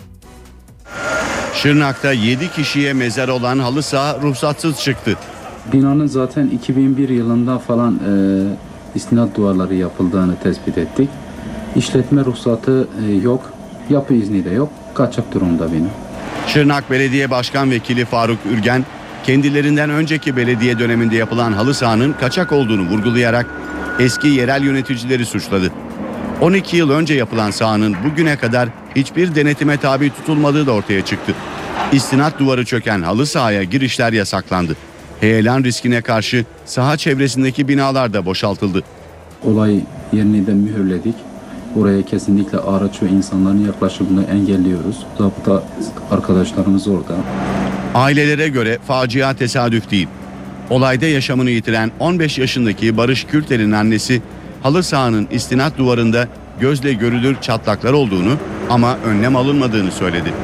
Şırnak'ta 7 kişiye mezar olan halı saha ruhsatsız çıktı. Binanın zaten 2001 yılında falan istinat duvarları yapıldığını tespit ettik. İşletme ruhsatı yok, yapı izni de yok, kaçak durumda bina. Şırnak Belediye Başkan Vekili Faruk Ürgen, kendilerinden önceki belediye döneminde yapılan halı sahanın kaçak olduğunu vurgulayarak eski yerel yöneticileri suçladı. 12 yıl önce yapılan sahanın bugüne kadar hiçbir denetime tabi tutulmadığı da ortaya çıktı. İstinat duvarı çöken halı sahaya girişler yasaklandı. Heyelan riskine karşı saha çevresindeki binalar da boşaltıldı. Olay yerini de mühürledik. Oraya kesinlikle araç ve insanların yaklaşımını engelliyoruz. Zabıta arkadaşlarımız orada. Ailelere göre facia tesadüf değil. Olayda yaşamını yitiren 15 yaşındaki Barış Kürtel'in annesi halı sahanın istinat duvarında gözle görülür çatlaklar olduğunu ama önlem alınmadığını söyledi.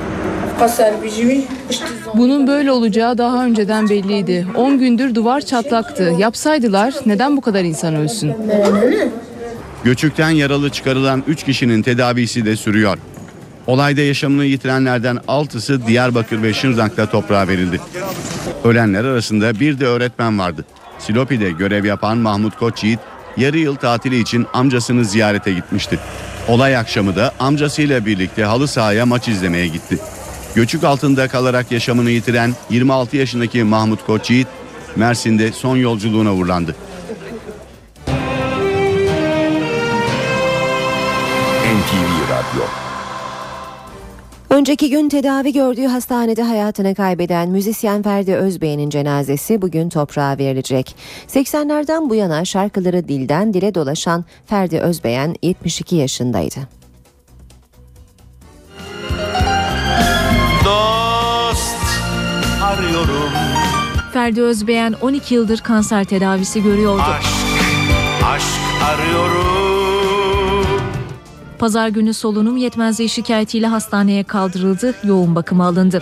Bunun böyle olacağı daha önceden belliydi. 10 gündür duvar çatlaktı. Yapsaydılar neden bu kadar insan ölsün? Göçükten yaralı çıkarılan 3 kişinin tedavisi de sürüyor. Olayda yaşamını yitirenlerden 6'sı Diyarbakır ve Şırnak'ta toprağa verildi. Ölenler arasında bir de öğretmen vardı. Silopi'de görev yapan Mahmut Koçyiğit yarı yıl tatili için amcasını ziyarete gitmişti. Olay akşamı da amcasıyla birlikte halı sahaya maç izlemeye gitti. Göçük altında kalarak yaşamını yitiren 26 yaşındaki Mahmut Koçyiğit, Mersin'de son yolculuğuna uğurlandı. NTV Radyo. Önceki gün tedavi gördüğü hastanede hayatını kaybeden müzisyen Ferdi Özbeğen'in cenazesi bugün toprağa verilecek. 80'lerden bu yana şarkıları dilden dile dolaşan Ferdi Özbeğen 72 yaşındaydı. Dost arıyorum. Ferdi Özbeğen 12 yıldır kanser tedavisi görüyordu. Aşk arıyorum. Pazar günü solunum yetmezliği şikayetiyle hastaneye kaldırıldı, yoğun bakıma alındı.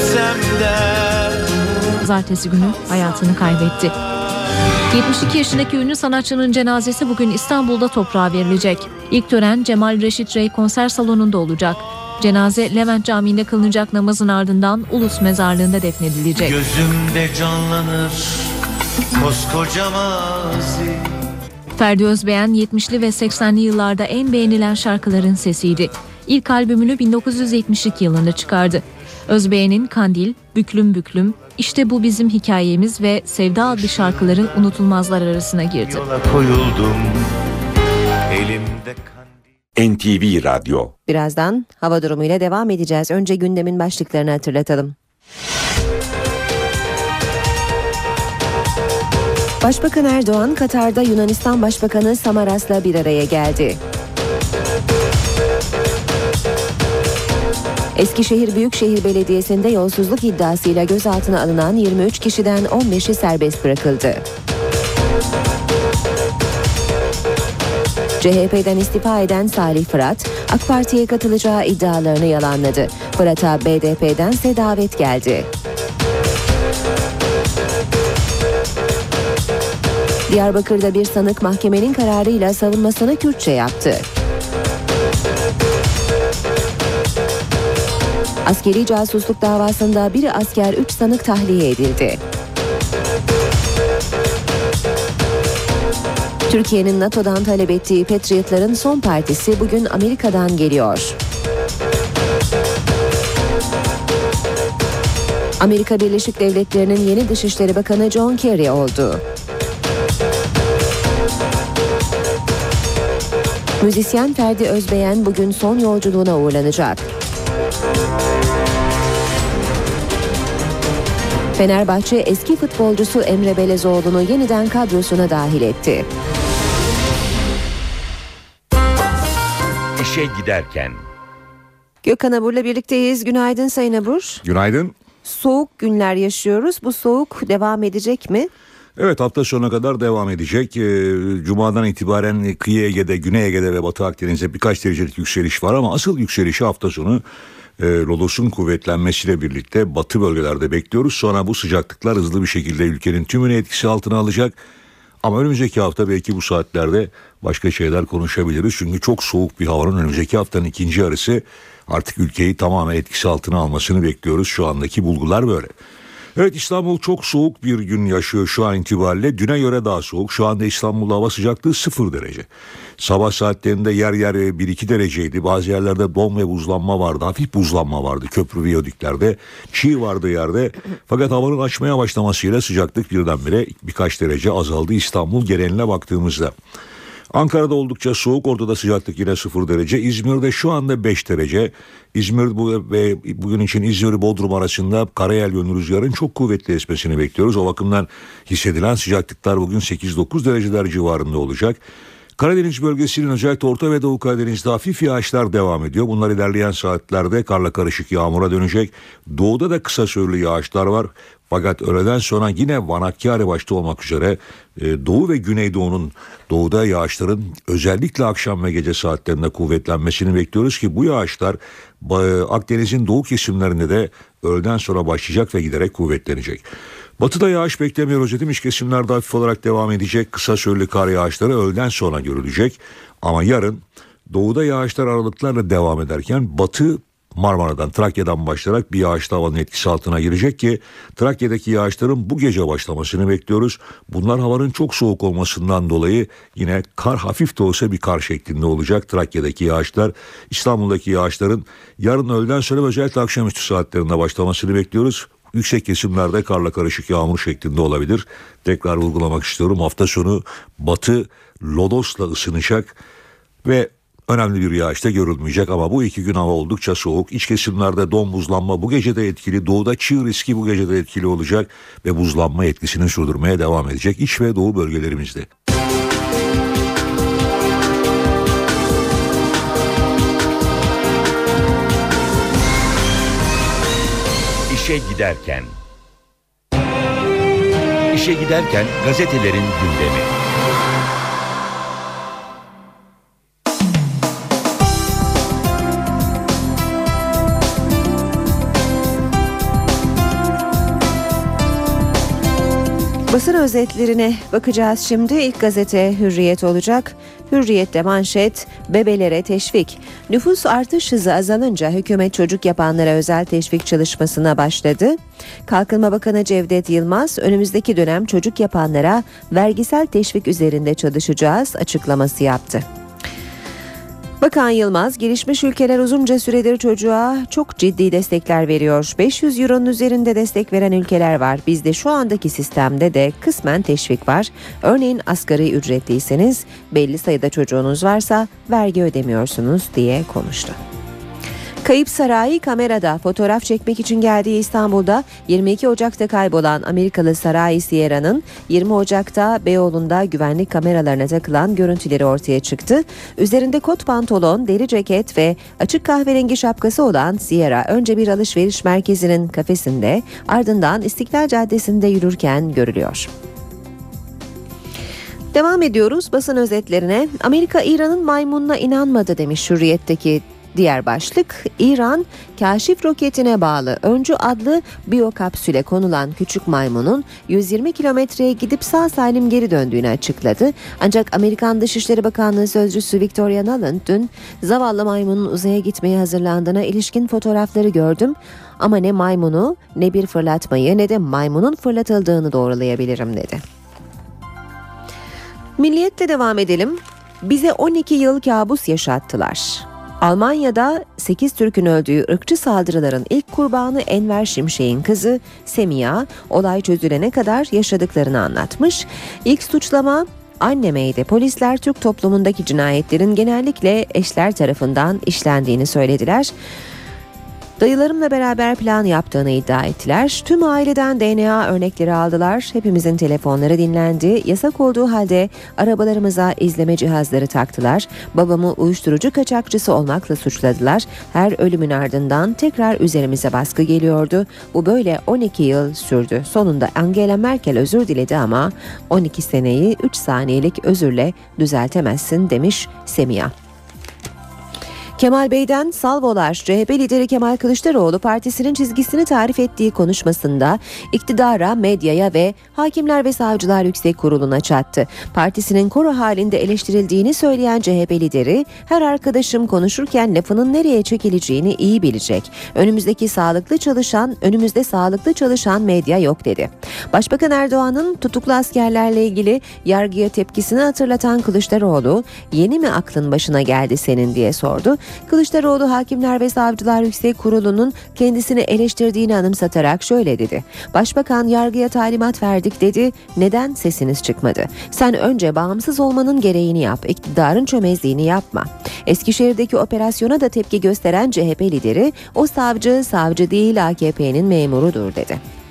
Pazartesi günü hayatını kaybetti. 72 yaşındaki ünlü sanatçının cenazesi bugün İstanbul'da toprağa verilecek. İlk tören Cemal Reşit Rey konser salonunda olacak. Cenaze Levent Camii'nde kılınacak namazın ardından Ulus Mezarlığı'nda defnedilecek. Gözümde canlanır koskoca mazi. Ferdi Özbeğen 70'li ve 80'li yıllarda en beğenilen şarkıların sesiydi. İlk albümünü 1972 yılında çıkardı. Özbeğen'in Kandil, Büklüm Büklüm, İşte Bu Bizim Hikayemiz ve Sevda adlı şarkıları unutulmazlar arasına girdi. Yola koyuldum, elimde kandil. NTV Radyo. Birazdan hava durumuyla devam edeceğiz. Önce gündemin başlıklarını hatırlatalım. Başbakan Erdoğan, Katar'da Yunanistan Başbakanı Samaras'la bir araya geldi. Eskişehir Büyükşehir Belediyesi'nde yolsuzluk iddiasıyla gözaltına alınan 23 kişiden 15'i serbest bırakıldı. CHP'den istifa eden Salih Fırat, AK Parti'ye katılacağı iddialarını yalanladı. Fırat'a BDP'dense davet geldi. Diyarbakır'da bir sanık mahkemenin kararıyla savunmasını Kürtçe yaptı. Askeri casusluk davasında bir asker 3 sanık tahliye edildi. Türkiye'nin NATO'dan talep ettiği Patriotların son partisi bugün Amerika'dan geliyor. Amerika Birleşik Devletleri'nin yeni Dışişleri Bakanı John Kerry oldu. Müzisyen Ferdi Özbeğen bugün son yolculuğuna uğurlanacak. Fenerbahçe eski futbolcusu Emre Belezoğlu'nu yeniden kadrosuna dahil etti. İşe giderken. Gökhan Abur'la birlikteyiz. Günaydın Sayın Abur. Günaydın. Soğuk günler yaşıyoruz. Bu soğuk devam edecek mi? Evet, hafta sonuna kadar devam edecek. Cuma'dan itibaren kıyı Ege'de, Güney Ege'de ve Batı Akdeniz'de birkaç derecelik yükseliş var ama asıl yükselişi hafta sonu lodosun kuvvetlenmesiyle birlikte batı bölgelerde bekliyoruz. Sonra bu sıcaklıklar hızlı bir şekilde ülkenin tümünü etkisi altına alacak. Ama önümüzdeki hafta belki bu saatlerde başka şeyler konuşabiliriz. Çünkü çok soğuk bir havanın önümüzdeki haftanın ikinci yarısı artık ülkeyi tamamen etkisi altına almasını bekliyoruz. Şu andaki bulgular böyle. Evet, İstanbul çok soğuk bir gün yaşıyor şu an itibariyle. Düne göre daha soğuk. Şu anda İstanbul'da hava sıcaklığı 0 derece. Sabah saatlerinde yer yer 1-2 dereceydi. Bazı yerlerde don ve buzlanma vardı. Hafif buzlanma vardı köprü viyadüklerde. Çiğ vardı yerde. Fakat havanın açmaya başlamasıyla sıcaklık birdenbire birkaç derece azaldı İstanbul geneline baktığımızda. Ankara'da oldukça soğuk, orada da sıcaklık yine 0 derece. İzmir'de şu anda 5 derece. İzmir ve bugün için İzmir-Bodrum arasında karayel yönlü rüzgarın çok kuvvetli esmesini bekliyoruz. O bakımdan hissedilen sıcaklıklar bugün 8-9 dereceler civarında olacak. Karadeniz bölgesinin özellikle Orta ve Doğu Karadeniz'de hafif yağışlar devam ediyor. Bunlar ilerleyen saatlerde karla karışık yağmura dönecek. Doğuda da kısa süreli yağışlar var. Fakat öğleden sonra yine Van Hakkari başta olmak üzere Doğu ve Güneydoğu'nun doğuda yağışların özellikle akşam ve gece saatlerinde kuvvetlenmesini bekliyoruz ki bu yağışlar Akdeniz'in doğu kesimlerinde de öğleden sonra başlayacak ve giderek kuvvetlenecek. Batıda yağış beklemiyoruz dedim. İç kesimlerde hafif olarak devam edecek. Kısa süreli kar yağışları öğleden sonra görülecek. Ama yarın doğuda yağışlar aralıklarla devam ederken batı Marmara'dan, Trakya'dan başlayarak bir yağışlı havanın etkisi altına girecek ki Trakya'daki yağışların bu gece başlamasını bekliyoruz. Bunlar havanın çok soğuk olmasından dolayı yine kar, hafif de olsa bir kar şeklinde olacak Trakya'daki yağışlar. İstanbul'daki yağışların yarın öğleden sonra özellikle akşamüstü saatlerinde başlamasını bekliyoruz. Yüksek kesimlerde karla karışık yağmur şeklinde olabilir. Tekrar vurgulamak istiyorum. Hafta sonu batı lodosla ısınacak ve önemli bir yağış da görülmeyecek ama bu 2 gün hava oldukça soğuk. İç kesimlerde don, buzlanma bu gece de etkili. Doğuda çığ riski bu gece de etkili olacak ve buzlanma etkisini sürdürmeye devam edecek iç ve doğu bölgelerimizde. İşe giderken. İşe giderken gazetelerin gündemi. Basın özetlerine bakacağız şimdi. İlk gazete Hürriyet olacak. Hürriyet'te manşet, bebelere teşvik. Nüfus artış hızı azalınca hükümet çocuk yapanlara özel teşvik çalışmasına başladı. Kalkınma Bakanı Cevdet Yılmaz, önümüzdeki dönem çocuk yapanlara vergisel teşvik üzerinde çalışacağız açıklaması yaptı. Bakan Yılmaz, gelişmiş ülkeler uzunca süredir çocuğa çok ciddi destekler veriyor. 500 euronun üzerinde destek veren ülkeler var. Bizde şu andaki sistemde de kısmen teşvik var. Örneğin asgari ücretliyseniz, belli sayıda çocuğunuz varsa vergi ödemiyorsunuz diye konuştu. Kayıp Sarai kamerada fotoğraf çekmek için geldiği İstanbul'da 22 Ocak'ta kaybolan Amerikalı Sarai Sierra'nın 20 Ocak'ta Beyoğlu'nda güvenlik kameralarına takılan görüntüleri ortaya çıktı. Üzerinde kot pantolon, deri ceket ve açık kahverengi şapkası olan Sierra önce bir alışveriş merkezinin kafesinde, ardından İstiklal Caddesi'nde yürürken görülüyor. Devam ediyoruz basın özetlerine. Amerika İran'ın maymununa inanmadı demiş Hürriyet'teki diğer başlık. İran, Kaşif roketine bağlı Öncü adlı biyokapsüle konulan küçük maymunun 120 kilometreye gidip sağ salim geri döndüğünü açıkladı. Ancak Amerikan Dışişleri Bakanlığı Sözcüsü Victoria Nuland dün zavallı maymunun uzaya gitmeye hazırlandığına ilişkin fotoğrafları gördüm. Ama ne maymunu, ne bir fırlatmayı, ne de maymunun fırlatıldığını doğrulayabilirim dedi. Milliyet'le devam edelim. Bize 12 yıl kabus yaşattılar. Almanya'da 8 Türk'ün öldüğü ırkçı saldırıların ilk kurbanı Enver Şimşek'in kızı Semiha, olay çözülene kadar yaşadıklarını anlatmış. İlk suçlama annemeydi. Polisler Türk toplumundaki cinayetlerin genellikle eşler tarafından işlendiğini söylediler. Dayılarımla beraber plan yaptığını iddia ettiler. Tüm aileden DNA örnekleri aldılar. Hepimizin telefonları dinlendi. Yasak olduğu halde arabalarımıza izleme cihazları taktılar. Babamı uyuşturucu kaçakçısı olmakla suçladılar. Her ölümün ardından tekrar üzerimize baskı geliyordu. Bu böyle 12 yıl sürdü. Sonunda Angela Merkel özür diledi ama 12 seneyi 3 saniyelik özürle düzeltemezsin demiş Semiha. Kemal Bey'den salvolar. CHP lideri Kemal Kılıçdaroğlu partisinin çizgisini tarif ettiği konuşmasında iktidara, medyaya ve Hakimler ve Savcılar Yüksek Kurulu'na çattı. Partisinin koro halinde eleştirildiğini söyleyen CHP lideri, her arkadaşım konuşurken lafının nereye çekileceğini iyi bilecek. Önümüzde sağlıklı çalışan medya yok dedi. Başbakan Erdoğan'ın tutuklu askerlerle ilgili yargıya tepkisini hatırlatan Kılıçdaroğlu, yeni mi aklın başına geldi senin diye sordu. Kılıçdaroğlu Hakimler ve Savcılar Yüksek Kurulu'nun kendisini eleştirdiğini anımsatarak şöyle dedi. Başbakan yargıya talimat verdik dedi. Neden sesiniz çıkmadı? Sen önce bağımsız olmanın gereğini yap. İktidarın çömezliğini yapma. Eskişehir'deki operasyona da tepki gösteren CHP lideri, o savcı değil AKP'nin memurudur dedi.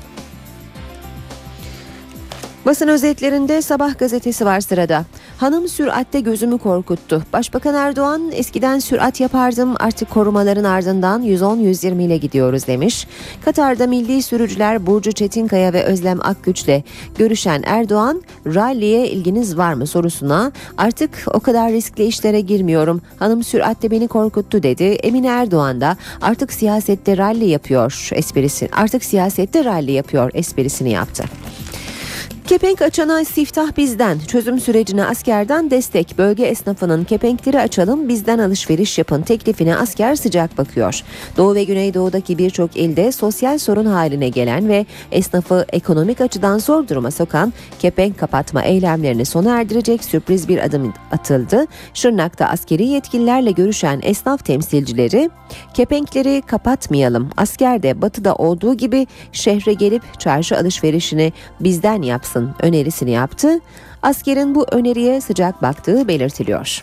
Basın özetlerinde Sabah gazetesi var sırada. Hanım süratte gözümü korkuttu. Başbakan Erdoğan, eskiden sürat yapardım, artık korumaların ardından 110-120 ile gidiyoruz demiş. Katar'da milli sürücüler Burcu Çetinkaya ve Özlem Akgüç'le görüşen Erdoğan, ralliye ilginiz var mı sorusuna artık o kadar riskli işlere girmiyorum, hanım süratte beni korkuttu dedi. Emine Erdoğan da artık siyasette ralli yapıyor esprisini yaptı. Kepenk açana siftah bizden, çözüm sürecine askerden destek. Bölge esnafının kepenkleri açalım bizden alışveriş yapın teklifine asker sıcak bakıyor. Doğu ve Güneydoğu'daki birçok ilde sosyal sorun haline gelen ve esnafı ekonomik açıdan zor duruma sokan kepenk kapatma eylemlerini sona erdirecek sürpriz bir adım atıldı. Şırnak'ta askeri yetkililerle görüşen esnaf temsilcileri kepenkleri kapatmayalım, asker de batıda olduğu gibi şehre gelip çarşı alışverişini bizden yapsın önerisini yaptı. Askerin bu öneriye sıcak baktığı belirtiliyor.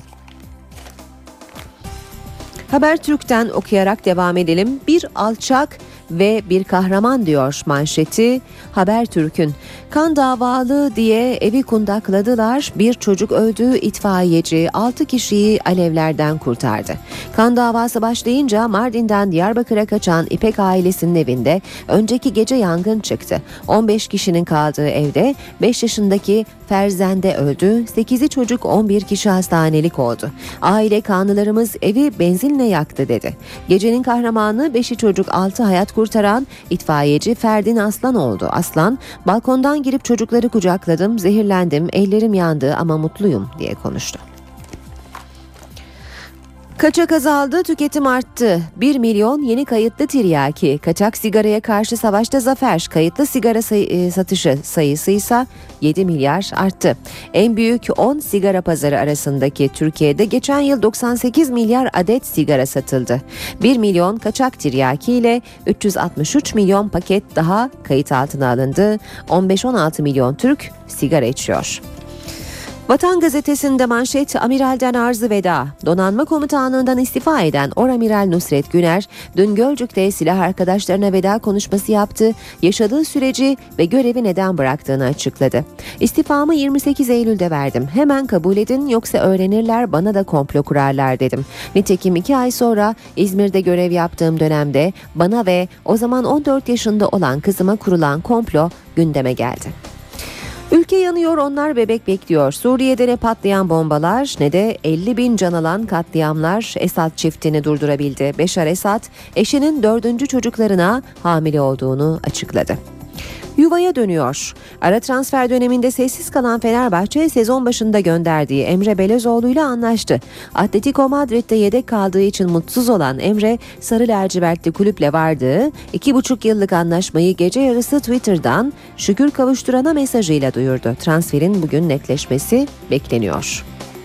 Habertürk'ten okuyarak devam edelim. Bir alçak ve bir kahraman diyor manşeti Habertürk'ün. Kan davalı diye evi kundakladılar. Bir çocuk öldü, itfaiyeci 6 kişiyi alevlerden kurtardı. Kan davası başlayınca Mardin'den Diyarbakır'a kaçan İpek ailesinin evinde önceki gece yangın çıktı. 15 kişinin kaldığı evde 5 yaşındaki Ferzende öldü. 8'i çocuk, 11 kişi hastanelik oldu. Aile kanlılarımız evi benzinle yaktı dedi. Gecenin kahramanı 5'i çocuk 6 hayat kurtaran itfaiyeci Ferdin Aslan oldu. Aslan, balkondan girip çocukları kucakladım, zehirlendim, ellerim yandı ama mutluyum diye konuştu. Kaçak azaldı, tüketim arttı. 1 milyon yeni kayıtlı tiryaki. Kaçak sigaraya karşı savaşta zafer. Kayıtlı sigara satışı sayısı ise 7 milyar arttı. En büyük 10 sigara pazarı arasındaki Türkiye'de geçen yıl 98 milyar adet sigara satıldı. 1 milyon kaçak tiryaki ile 363 milyon paket daha kayıt altına alındı. 15-16 milyon Türk sigara içiyor. Vatan Gazetesi'nde manşet amiralden arzı veda. Donanma komutanlığından istifa eden Oramiral Nusret Güner dün Gölcük'te silah arkadaşlarına veda konuşması yaptı. Yaşadığı süreci ve görevi neden bıraktığını açıkladı. İstifamı 28 Eylül'de verdim. Hemen kabul edin yoksa öğrenirler bana da komplo kurarlar dedim. Nitekim 2 ay sonra İzmir'de görev yaptığım dönemde bana ve o zaman 14 yaşında olan kızıma kurulan komplo gündeme geldi. Ülke yanıyor, onlar bebek bekliyor. Suriye'de ne patlayan bombalar ne de 50 bin can alan katliamlar Esad çiftini durdurabildi. Beşar Esad eşinin 4. çocuklarına hamile olduğunu açıkladı. Yuvaya dönüyor. Ara transfer döneminde sessiz kalan Fenerbahçe sezon başında gönderdiği Emre Belözoğlu ile anlaştı. Atletico Madrid'de yedek kaldığı için mutsuz olan Emre, sarı lacivertli kulüple vardığı 2,5 yıllık anlaşmayı gece yarısı Twitter'dan şükür kavuşturana mesajıyla duyurdu. Transferin bugün netleşmesi bekleniyor.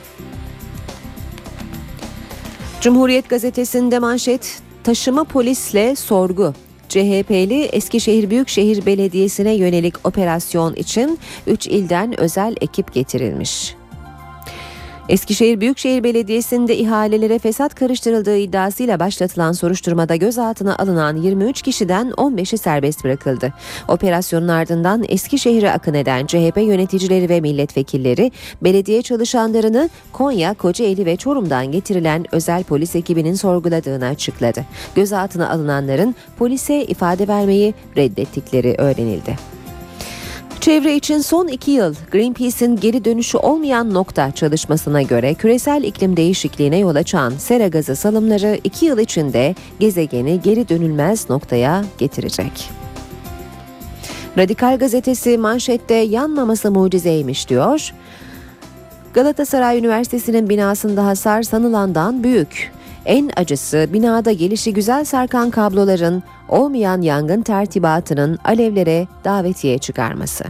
Cumhuriyet gazetesinde manşet taşıma polisle sorgu. CHP'li Eskişehir Büyükşehir Belediyesi'ne yönelik operasyon için 3 ilden özel ekip getirilmiş. Eskişehir Büyükşehir Belediyesi'nde ihalelere fesat karıştırıldığı iddiasıyla başlatılan soruşturmada gözaltına alınan 23 kişiden 15'i serbest bırakıldı. Operasyonun ardından Eskişehir'e akın eden CHP yöneticileri ve milletvekilleri belediye çalışanlarını Konya, Kocaeli ve Çorum'dan getirilen özel polis ekibinin sorguladığını açıkladı. Gözaltına alınanların polise ifade vermeyi reddettikleri öğrenildi. Çevre için son 2 yıl Greenpeace'in geri dönüşü olmayan nokta çalışmasına göre küresel iklim değişikliğine yol açan sera gazı salımları 2 yıl içinde gezegeni geri dönülmez noktaya getirecek. Radikal gazetesi manşette yanmaması mucizeymiş diyor. Galatasaray Üniversitesi'nin binasında hasar sanılandan büyük. En acısı binada gelişigüzel sarkan kabloların olmayan yangın tertibatının alevlere davetiye çıkarması.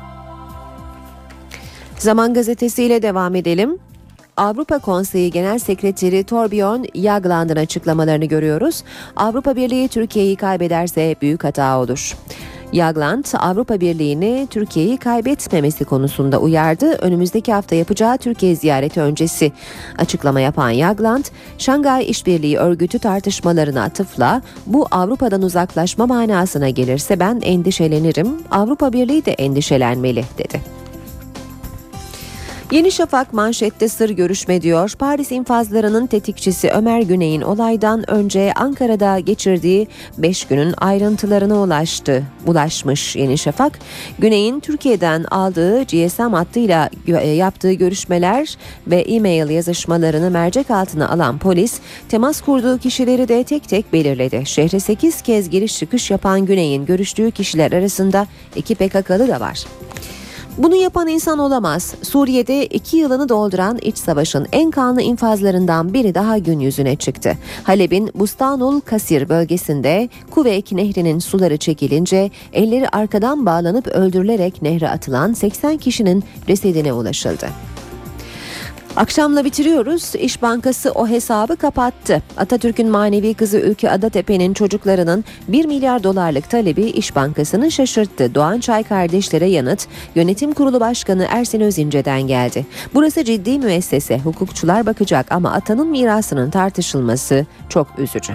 Zaman gazetesiyle devam edelim. Avrupa Konseyi Genel Sekreteri Torbjörn Jagland'ın açıklamalarını görüyoruz. Avrupa Birliği Türkiye'yi kaybederse büyük hata olur. Jagland, Avrupa Birliği'ni Türkiye'yi kaybetmemesi konusunda uyardı. Önümüzdeki hafta yapacağı Türkiye ziyareti öncesi açıklama yapan Jagland, Şangay İşbirliği Örgütü tartışmalarına atıfla bu Avrupa'dan uzaklaşma manasına gelirse ben endişelenirim, Avrupa Birliği de endişelenmeli dedi. Yeni Şafak manşette sır görüşme diyor. Paris infazlarının tetikçisi Ömer Güney'in olaydan önce Ankara'da geçirdiği 5 günün ayrıntılarına ulaşmış Yeni Şafak. Güney'in Türkiye'den aldığı GSM hattıyla yaptığı görüşmeler ve e-mail yazışmalarını mercek altına alan polis, temas kurduğu kişileri de tek tek belirledi. Şehre 8 kez giriş çıkış yapan Güney'in görüştüğü kişiler arasında 2 PKK'lı da var. Bunu yapan insan olamaz. Suriye'de 2 yılını dolduran iç savaşın en kanlı infazlarından biri daha gün yüzüne çıktı. Halep'in Bustanul Kasir bölgesinde Kuveyk Nehri'nin suları çekilince elleri arkadan bağlanıp öldürülerek nehre atılan 80 kişinin cesedine ulaşıldı. Akşamla bitiriyoruz. İş Bankası o hesabı kapattı. Atatürk'ün manevi kızı Ülke Adatepe'nin çocuklarının 1 milyar dolarlık talebi İş Bankası'nı şaşırttı. Doğançay kardeşlere yanıt Yönetim Kurulu Başkanı Ersin Özince'den geldi. Burası ciddi müessese, hukukçular bakacak ama atanın mirasının tartışılması çok üzücü.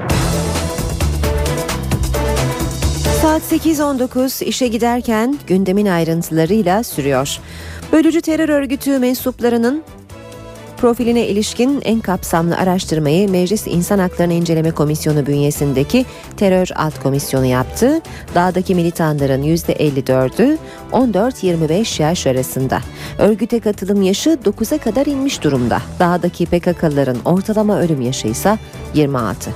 Saat 8.19 işe giderken gündemin ayrıntılarıyla sürüyor. Bölücü terör örgütü mensuplarının profiline ilişkin en kapsamlı araştırmayı Meclis İnsan Haklarını İnceleme Komisyonu bünyesindeki Terör Alt Komisyonu yaptı. Dağdaki militanların %54'ü 14-25 yaş arasında. Örgüte katılım yaşı 9'a kadar inmiş durumda. Dağdaki PKK'lıların ortalama ölüm yaşı ise 26.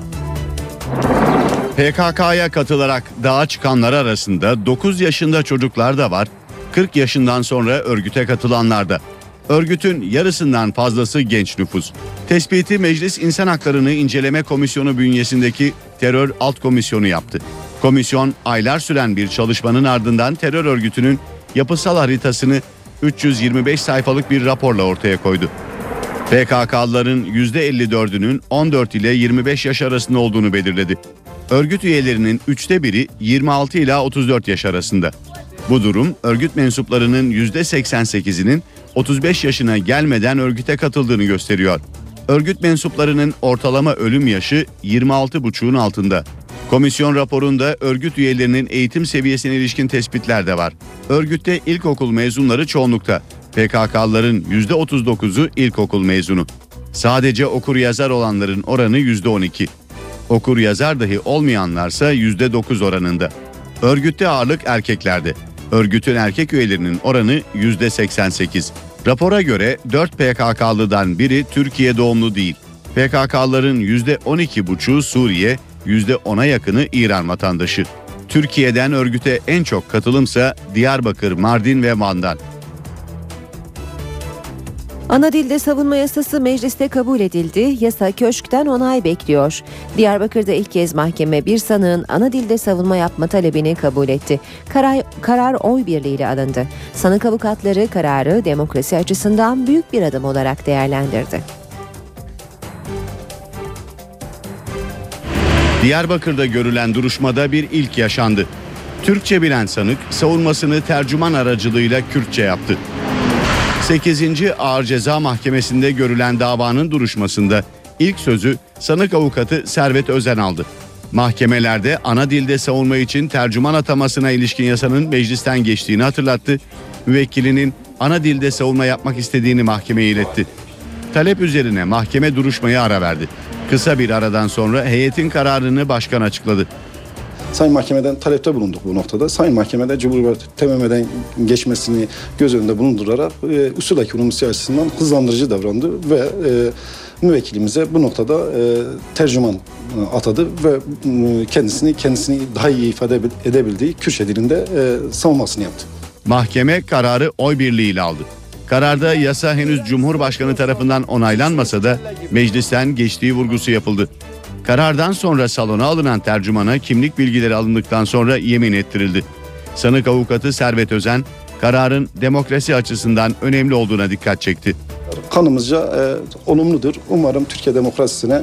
PKK'ya katılarak dağa çıkanlar arasında 9 yaşında çocuklar da var, 40 yaşından sonra örgüte katılanlar da. Örgütün yarısından fazlası genç nüfus. Tespiti Meclis İnsan Haklarını İnceleme Komisyonu bünyesindeki Terör Alt Komisyonu yaptı. Komisyon aylar süren bir çalışmanın ardından terör örgütünün yapısal haritasını 325 sayfalık bir raporla ortaya koydu. PKK'lıların %54'ünün 14 ile 25 yaş arasında olduğunu belirledi. Örgüt üyelerinin 1/3'ü 26 ila 34 yaş arasında. Bu durum örgüt mensuplarının %88'inin 35 yaşına gelmeden örgüte katıldığını gösteriyor. Örgüt mensuplarının ortalama ölüm yaşı 26,5'un altında. Komisyon raporunda örgüt üyelerinin eğitim seviyesine ilişkin tespitler de var. Örgütte ilkokul mezunları çoğunlukta. PKK'lıların %39'u ilkokul mezunu. Sadece okur yazar olanların oranı %12. Okur yazar dahi olmayanlarsa %9 oranında. Örgütte ağırlık erkeklerde. Örgütün erkek üyelerinin oranı %88. Rapora göre 4 PKK'lıdan biri Türkiye doğumlu değil. PKK'ların %12,5'u Suriye, %10'a yakını İran vatandaşı. Türkiye'den örgüte en çok katılımsa Diyarbakır, Mardin ve Van'dan. Ana dilde savunma yasası mecliste kabul edildi. Yasa köşkten onay bekliyor. Diyarbakır'da ilk kez mahkeme bir sanığın ana dilde savunma yapma talebini kabul etti. Karar oy birliğiyle alındı. Sanık avukatları kararı demokrasi açısından büyük bir adım olarak değerlendirdi. Diyarbakır'da görülen duruşmada bir ilk yaşandı. Türkçe bilen sanık savunmasını tercüman aracılığıyla Kürtçe yaptı. 8. Ağır Ceza Mahkemesi'nde görülen davanın duruşmasında ilk sözü sanık avukatı Servet Özen aldı. Mahkemelerde ana dilde savunma için tercüman atamasına ilişkin yasanın meclisten geçtiğini hatırlattı. Müvekkilinin ana dilde savunma yapmak istediğini mahkemeye iletti. Talep üzerine mahkeme duruşmaya ara verdi. Kısa bir aradan sonra heyetin kararını başkan açıkladı. Sayın Mahkeme'den talepte bulunduk bu noktada. Sayın Mahkeme'de Cumhuriyet TMM'den geçmesini göz önünde bulundurarak usul ekonomisi açısından hızlandırıcı davrandı ve müvekkilimize bu noktada tercüman atadı ve kendisini daha iyi ifade edebildiği Kürtçe dilinde savunmasını yaptı. Mahkeme kararı oy birliğiyle aldı. Kararda yasa henüz Cumhurbaşkanı tarafından onaylanmasa da meclisten geçtiği vurgusu yapıldı. Karardan sonra salona alınan tercümana kimlik bilgileri alındıktan sonra yemin ettirildi. Sanık avukatı Servet Özen, kararın demokrasi açısından önemli olduğuna dikkat çekti. Kanımızca olumludur. Umarım Türkiye demokrasisine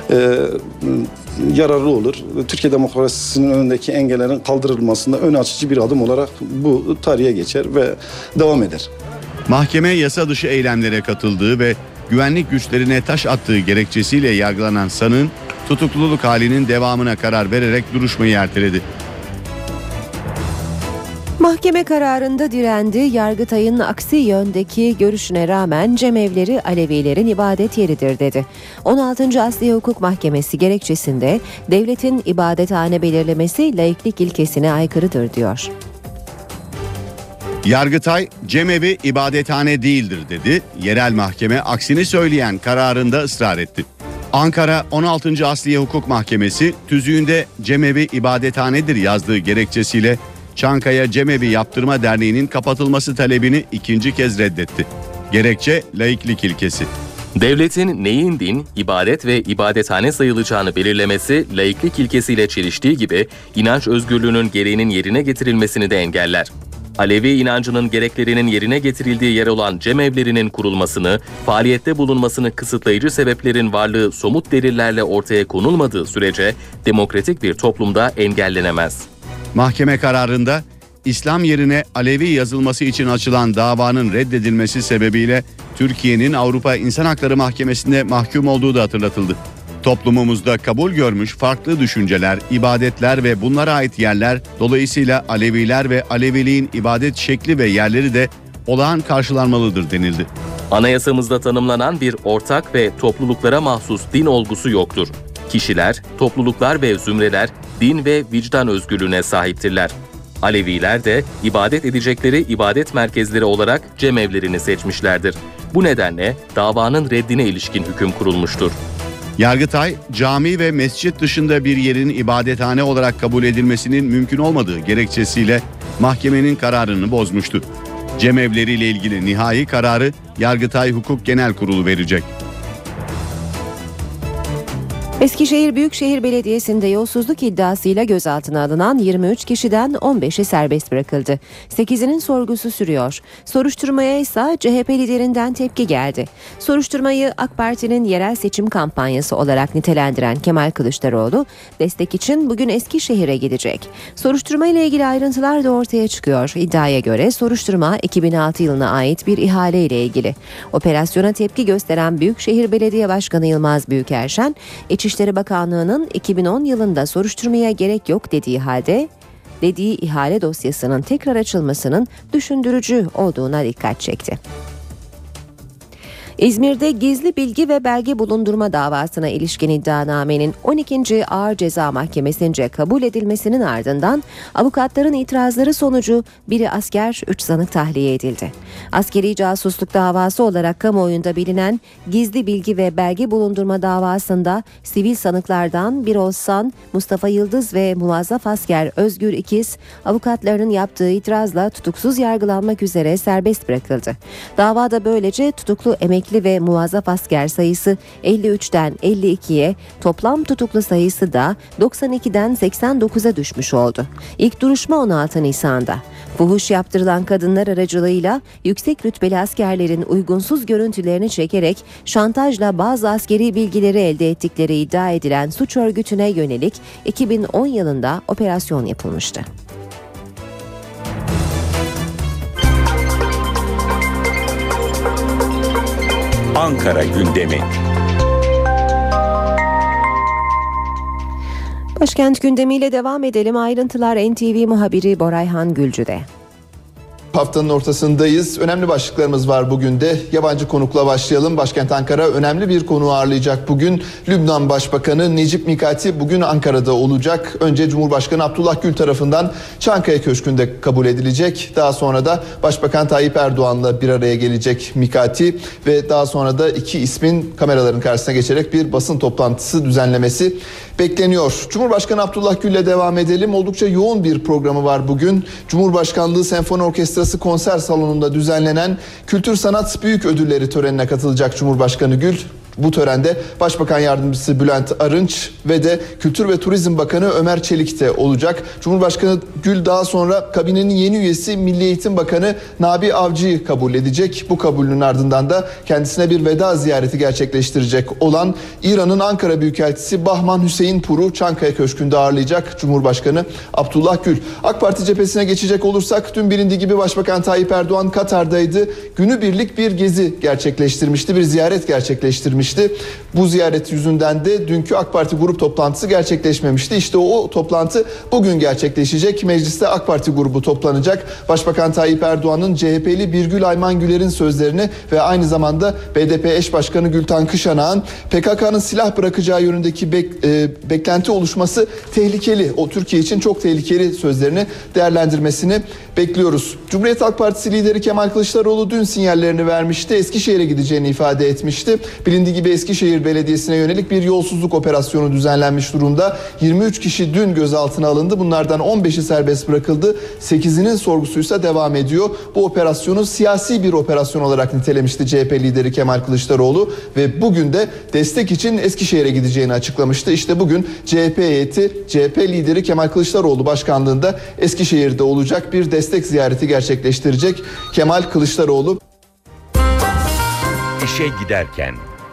yararlı olur. Türkiye demokrasisinin önündeki engellerin kaldırılmasında ön açıcı bir adım olarak bu tarihe geçer ve devam eder. Mahkeme yasa dışı eylemlere katıldığı ve güvenlik güçlerine taş attığı gerekçesiyle yargılanan sanığın tutukluluk halinin devamına karar vererek duruşmayı erteledi. Mahkeme kararında direndi. Yargıtay'ın aksi yöndeki görüşüne rağmen cemevleri Alevilerin ibadet yeridir dedi. 16. Asliye Hukuk Mahkemesi gerekçesinde devletin ibadethane belirlemesi laiklik ilkesine aykırıdır diyor. Yargıtay cemevi ibadethane değildir dedi. Yerel mahkeme aksini söyleyen kararında ısrar etti. Ankara 16. Asliye Hukuk Mahkemesi tüzüğünde cemevi ibadethanedir yazdığı gerekçesiyle Çankaya Cemevi Yaptırma Derneği'nin kapatılması talebini ikinci kez reddetti. Gerekçe laiklik ilkesi. Devletin neyin din, ibadet ve ibadethane sayılacağını belirlemesi laiklik ilkesiyle çeliştiği gibi inanç özgürlüğünün gereğinin yerine getirilmesini de engeller. Alevi inancının gereklerinin yerine getirildiği yer olan cemevlerinin kurulmasını, faaliyette bulunmasını kısıtlayıcı sebeplerin varlığı somut delillerle ortaya konulmadığı sürece demokratik bir toplumda engellenemez. Mahkeme kararında İslam yerine Alevi yazılması için açılan davanın reddedilmesi sebebiyle Türkiye'nin Avrupa İnsan Hakları Mahkemesi'nde mahkum olduğu da hatırlatıldı. Toplumumuzda kabul görmüş farklı düşünceler, ibadetler ve bunlara ait yerler, dolayısıyla Aleviler ve Aleviliğin ibadet şekli ve yerleri de olağan karşılanmalıdır denildi. Anayasamızda tanımlanan bir ortak ve topluluklara mahsus din olgusu yoktur. Kişiler, topluluklar ve zümreler din ve vicdan özgürlüğüne sahiptirler. Aleviler de ibadet edecekleri ibadet merkezleri olarak cemevlerini seçmişlerdir. Bu nedenle davanın reddine ilişkin hüküm kurulmuştur. Yargıtay, cami ve mescit dışında bir yerin ibadethane olarak kabul edilmesinin mümkün olmadığı gerekçesiyle mahkemenin kararını bozmuştu. Cemevleriyle ilgili nihai kararı Yargıtay Hukuk Genel Kurulu verecek. Eskişehir Büyükşehir Belediyesi'nde yolsuzluk iddiasıyla gözaltına alınan 23 kişiden 15'i serbest bırakıldı. 8'inin sorgusu sürüyor. Soruşturmaya ise CHP liderinden tepki geldi. Soruşturmayı AK Parti'nin yerel seçim kampanyası olarak nitelendiren Kemal Kılıçdaroğlu, destek için bugün Eskişehir'e gidecek. Soruşturma ile ilgili ayrıntılar da ortaya çıkıyor. İddiaya göre soruşturma 2006 yılına ait bir ihale ile ilgili. Operasyona tepki gösteren Büyükşehir Belediye Başkanı Yılmaz Büyükerşen, İçişleri Bakanlığı'nın 2010 yılında soruşturmaya gerek yok dediği ihale dosyasının tekrar açılmasının düşündürücü olduğuna dikkat çekti. İzmir'de gizli bilgi ve belge bulundurma davasına ilişkin iddianamenin 12. Ağır Ceza Mahkemesi'nce kabul edilmesinin ardından avukatların itirazları sonucu biri asker 3 sanık tahliye edildi. Askeri casusluk davası olarak kamuoyunda bilinen gizli bilgi ve belge bulundurma davasında sivil sanıklardan Birol Mustafa Yıldız ve muvazzaf asker Özgür İkiz avukatlarının yaptığı itirazla tutuksuz yargılanmak üzere serbest bırakıldı. Davada böylece tutuklu emekli ve muvazzaf asker sayısı 53'ten 52'ye, toplam tutuklu sayısı da 92'den 89'a düşmüş oldu. İlk duruşma 16 Nisan'da. Fuhuş yaptırılan kadınlar aracılığıyla yüksek rütbeli askerlerin uygunsuz görüntülerini çekerek şantajla bazı askeri bilgileri elde ettikleri iddia edilen suç örgütüne yönelik 2010 yılında operasyon yapılmıştı. Ankara gündemi. Başkent gündemiyle devam edelim. Ayrıntılar NTV muhabiri Borayhan Gülcü'de. Haftanın ortasındayız. Önemli başlıklarımız var bugün de. Yabancı konukla başlayalım. Başkent Ankara önemli bir konuğu ağırlayacak bugün. Lübnan Başbakanı Necip Mikati bugün Ankara'da olacak. Önce Cumhurbaşkanı Abdullah Gül tarafından Çankaya Köşkü'nde kabul edilecek. Daha sonra da Başbakan Tayyip Erdoğan'la bir araya gelecek Mikati ve daha sonra da iki ismin kameraların karşısına geçerek bir basın toplantısı düzenlemesi bekleniyor. Cumhurbaşkanı Abdullah Gül'le devam edelim. Oldukça yoğun bir programı var bugün. Cumhurbaşkanlığı Senfoni Orkestrası konser salonunda düzenlenen Kültür Sanat Büyük Ödülleri törenine katılacak Cumhurbaşkanı Gül. Bu törende Başbakan Yardımcısı Bülent Arınç ve de Kültür ve Turizm Bakanı Ömer Çelik de olacak. Cumhurbaşkanı Gül daha sonra kabinenin yeni üyesi Milli Eğitim Bakanı Nabi Avcı'yı kabul edecek. Bu kabulünün ardından da kendisine bir veda ziyareti gerçekleştirecek olan İran'ın Ankara Büyükelçisi Bahman Hüseyin Pur'u Çankaya Köşkü'nde ağırlayacak Cumhurbaşkanı Abdullah Gül. AK Parti cephesine geçecek olursak dün bilindiği gibi Başbakan Tayyip Erdoğan Katar'daydı. Günübirlik bir gezi gerçekleştirmişti, bir ziyaret gerçekleştirmişti. Bu ziyaret yüzünden de dünkü AK Parti grup toplantısı gerçekleşmemişti. İşte o toplantı bugün gerçekleşecek. Mecliste AK Parti grubu toplanacak. Başbakan Tayyip Erdoğan'ın CHP'li Birgül Ayman Güler'in sözlerini ve aynı zamanda BDP eş başkanı Gültan Kışanak'ın PKK'nın silah bırakacağı yönündeki beklenti oluşması tehlikeli. O Türkiye için çok tehlikeli sözlerini değerlendirmesini bekliyoruz. Cumhuriyet Halk Partisi lideri Kemal Kılıçdaroğlu dün sinyallerini vermişti. Eskişehir'e gideceğini ifade etmişti. Bilindiği bilindiği gibi Eskişehir Belediyesi'ne yönelik bir yolsuzluk operasyonu düzenlenmiş durumda. 23 kişi dün gözaltına alındı. Bunlardan 15'i serbest bırakıldı. 8'inin sorgusuysa devam ediyor. Bu operasyonu siyasi bir operasyon olarak nitelemişti CHP lideri Kemal Kılıçdaroğlu ve bugün de destek için Eskişehir'e gideceğini açıklamıştı. İşte bugün CHP heyeti CHP lideri Kemal Kılıçdaroğlu başkanlığında Eskişehir'de olacak, bir destek ziyareti gerçekleştirecek Kemal Kılıçdaroğlu. İşe giderken.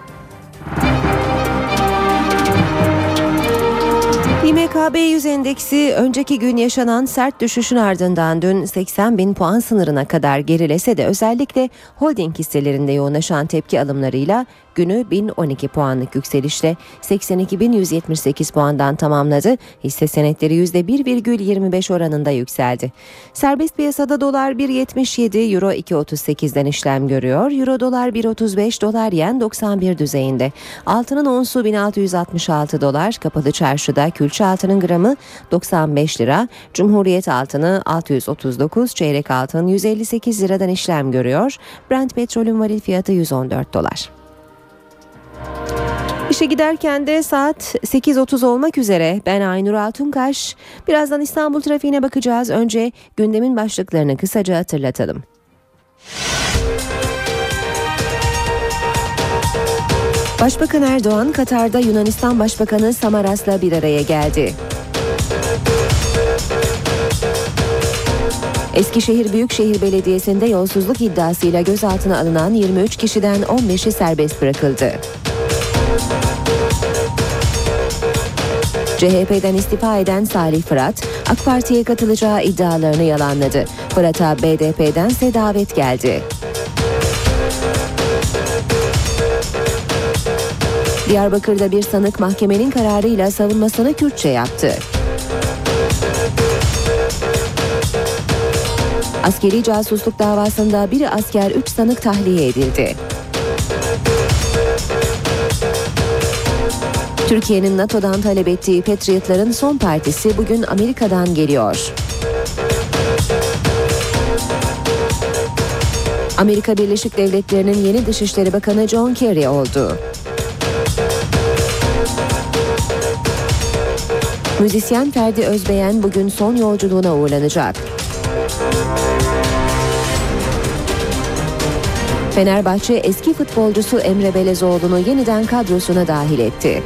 İMKB 100 endeksi önceki gün yaşanan sert düşüşün ardından dün 80.000 puan sınırına kadar gerilese de özellikle holding hisselerinde yoğunlaşan tepki alımlarıyla günü 1012 puanlık yükselişle 82.178 puandan tamamladı. Hisse senetleri %1,25 oranında yükseldi. Serbest piyasada dolar 1.77, euro 2.38'den işlem görüyor. Euro dolar 1.35, dolar yen 91 düzeyinde. Altının onsu 1666 dolar. Kapalı çarşıda külçe altının gramı 95 lira. Cumhuriyet altını 639, çeyrek altın 158 liradan işlem görüyor. Brent petrolün varil fiyatı 114 dolar. İşe giderken de saat 8.30 olmak üzere. Ben Aynur Altunkaş. Birazdan İstanbul trafiğine bakacağız. Önce gündemin başlıklarını kısaca hatırlatalım. Başbakan Erdoğan, Katar'da Yunanistan Başbakanı Samaras'la bir araya geldi. Eskişehir Büyükşehir Belediyesi'nde yolsuzluk iddiasıyla gözaltına alınan 23 kişiden 15'i serbest bırakıldı. CHP'den istifa eden Salih Fırat, AK Parti'ye katılacağı iddialarını yalanladı. Fırat'a BDP'dense davet geldi. Diyarbakır'da bir sanık mahkemenin kararıyla savunmasını Kürtçe yaptı. Askeri casusluk davasında bir asker 3 sanık tahliye edildi. Türkiye'nin NATO'dan talep ettiği Patriotların son partisi bugün Amerika'dan geliyor. Amerika Birleşik Devletleri'nin yeni Dışişleri Bakanı John Kerry oldu. Müzisyen Ferdi Özbeğen bugün son yolculuğuna uğurlanacak. Fenerbahçe eski futbolcusu Emre Belezoğlu'nu yeniden kadrosuna dahil etti.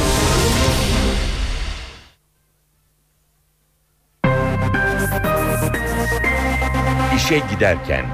İşe giderken.